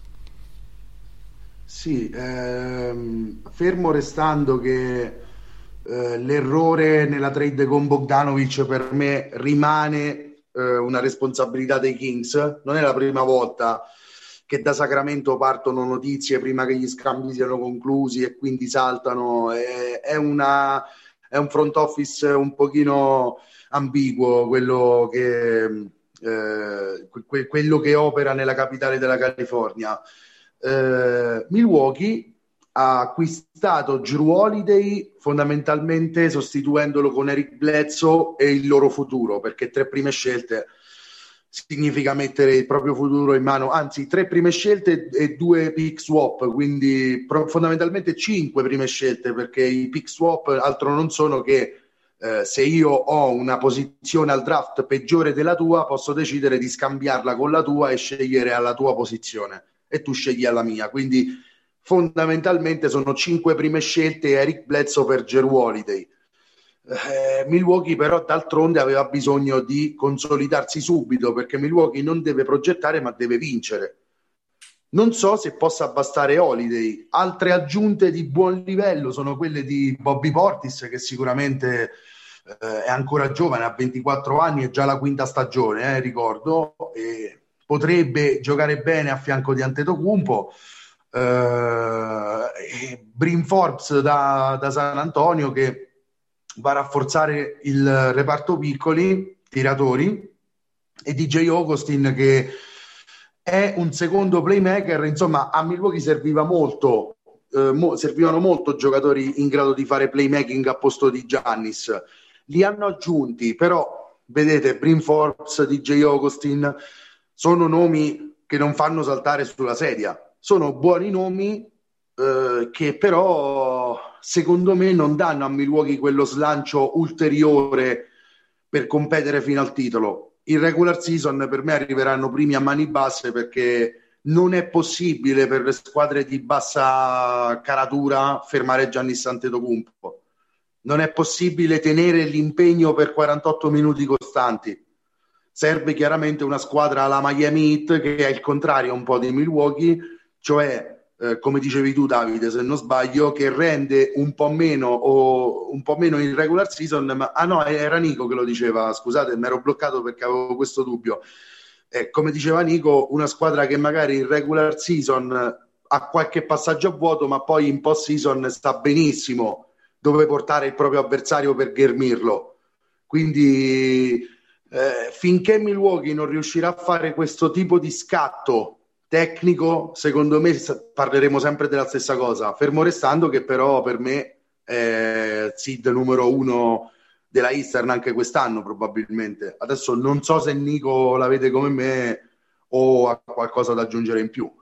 S2: Sì, ehm, fermo restando che eh, l'errore nella trade con Bogdanovic per me rimane eh, una responsabilità dei Kings. Non è la prima volta che da Sacramento partono notizie prima che gli scambi siano conclusi e quindi saltano. È, è, una, è un front office un pochino ambiguo quello che, eh, que- quello che opera nella capitale della California. Uh, Milwaukee ha acquistato Jrue Holiday fondamentalmente sostituendolo con Eric Bledsoe e il loro futuro, perché tre prime scelte significa mettere il proprio futuro in mano, anzi tre prime scelte e due pick swap, quindi pro- fondamentalmente cinque prime scelte, perché i pick swap altro non sono che eh, se io ho una posizione al draft peggiore della tua, posso decidere di scambiarla con la tua e scegliere alla tua posizione e tu scegli alla mia, quindi fondamentalmente sono cinque prime scelte e Eric Bledsoe per Jrue Holiday. Eh, Milwaukee però d'altronde aveva bisogno di consolidarsi subito, perché Milwaukee non deve progettare ma deve vincere. Non so se possa bastare Holiday. Altre aggiunte di buon livello sono quelle di Bobby Portis, che sicuramente eh, è ancora giovane, ha ventiquattro anni, è già la quinta stagione, eh, ricordo, e potrebbe giocare bene a fianco di Antetokounmpo. Uh, e Bryn Forbes da, da San Antonio, che va a rafforzare il reparto piccoli tiratori, e D J Augustin, che è un secondo playmaker. Insomma, a Milwaukee serviva molto uh, mo- servivano molto giocatori in grado di fare playmaking a posto di Giannis. Li hanno aggiunti, però vedete, Bryn Forbes, D J Augustin sono nomi che non fanno saltare sulla sedia, sono buoni nomi eh, che però secondo me non danno a Milwaukee quello slancio ulteriore per competere fino al titolo. In regular season per me arriveranno primi a mani basse, perché non è possibile per le squadre di bassa caratura fermare Giannis Antetokounmpo. Non è possibile tenere l'impegno per quarantotto minuti costanti. Serve chiaramente una squadra alla Miami Heat, che è il contrario un po' di Milwaukee, cioè eh, come dicevi tu Davide, se non sbaglio, che rende un po' meno o un po' meno in regular season, ma ah no, era Nico che lo diceva, scusate, mi ero bloccato perché avevo questo dubbio. Eh, come diceva Nico, una squadra che magari in regular season ha qualche passaggio a vuoto, ma poi in post season sta benissimo dove portare il proprio avversario per ghermirlo. Quindi Eh, finché Milwaukee non riuscirà a fare questo tipo di scatto tecnico, secondo me parleremo sempre della stessa cosa, fermo restando che però per me è seed numero uno della Eastern anche quest'anno probabilmente. Adesso non so se Nico la vede come me o ha qualcosa da aggiungere in più.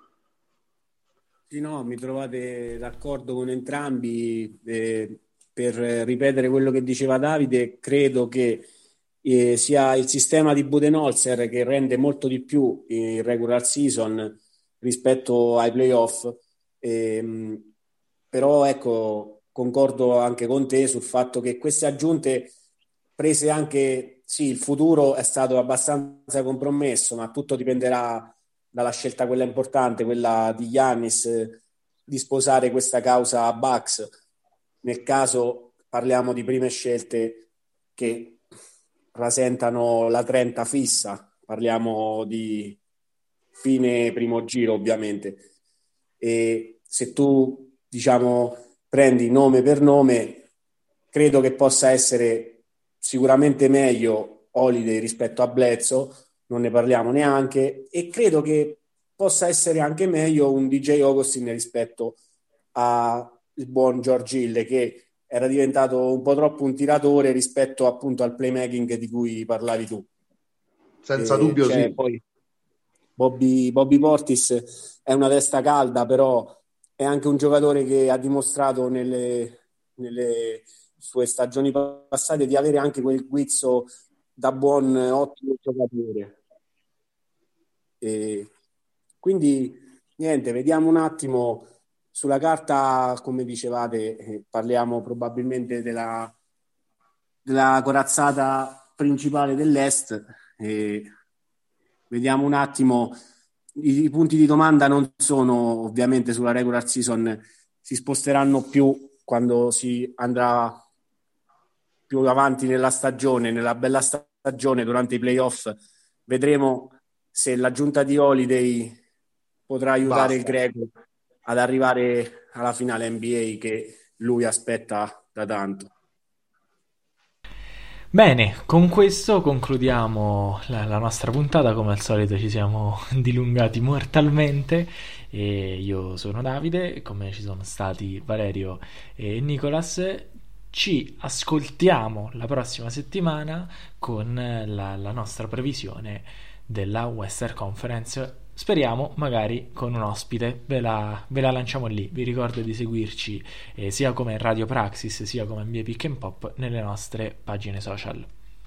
S3: Sì, no, mi trovate d'accordo con entrambi. Eh, per ripetere quello che diceva Davide, credo che Eh, sia il sistema di Budenholzer che rende molto di più in regular season rispetto ai playoff, ehm, però ecco, concordo anche con te sul fatto che queste aggiunte prese anche, sì, il futuro è stato abbastanza compromesso, ma tutto dipenderà dalla scelta quella importante, quella di Giannis, eh, di sposare questa causa a Bucks. Nel caso parliamo di prime scelte che rasentano la trenta fissa, parliamo di fine primo giro ovviamente, e se tu diciamo prendi nome per nome, credo che possa essere sicuramente meglio Holiday rispetto a Bledsoe, non ne parliamo neanche, e credo che possa essere anche meglio un D J Augustin rispetto al buon George Hill, che era diventato un po' troppo un tiratore rispetto appunto al playmaking di cui parlavi tu.
S2: Senza
S3: e
S2: dubbio
S3: c'è
S2: sì.
S3: Poi Bobby, Bobby Portis è una testa calda, però è anche un giocatore che ha dimostrato nelle, nelle sue stagioni passate di avere anche quel guizzo da buon ottimo giocatore. E quindi niente, vediamo un attimo sulla carta, come dicevate, eh, parliamo probabilmente della, della corazzata principale dell'Est, e vediamo un attimo. I, I punti di domanda non sono ovviamente sulla regular season, si sposteranno più quando si andrà più avanti nella stagione, nella bella stagione durante i playoff. Vedremo se l'aggiunta di Holiday potrà aiutare il
S2: Basta.
S3: greco ad arrivare alla finale N B A che lui aspetta da tanto.
S1: Bene, con questo concludiamo la, la nostra puntata. Come al solito ci siamo dilungati mortalmente. E io sono Davide, con me ci sono stati Valerio e Nicolas. Ci ascoltiamo la prossima settimana con la, la nostra previsione della Western Conference. Speriamo magari con un ospite, ve la, ve la lanciamo lì. Vi ricordo di seguirci eh, sia come Radio Praxis sia come N B A Pick and Pop nelle nostre pagine social.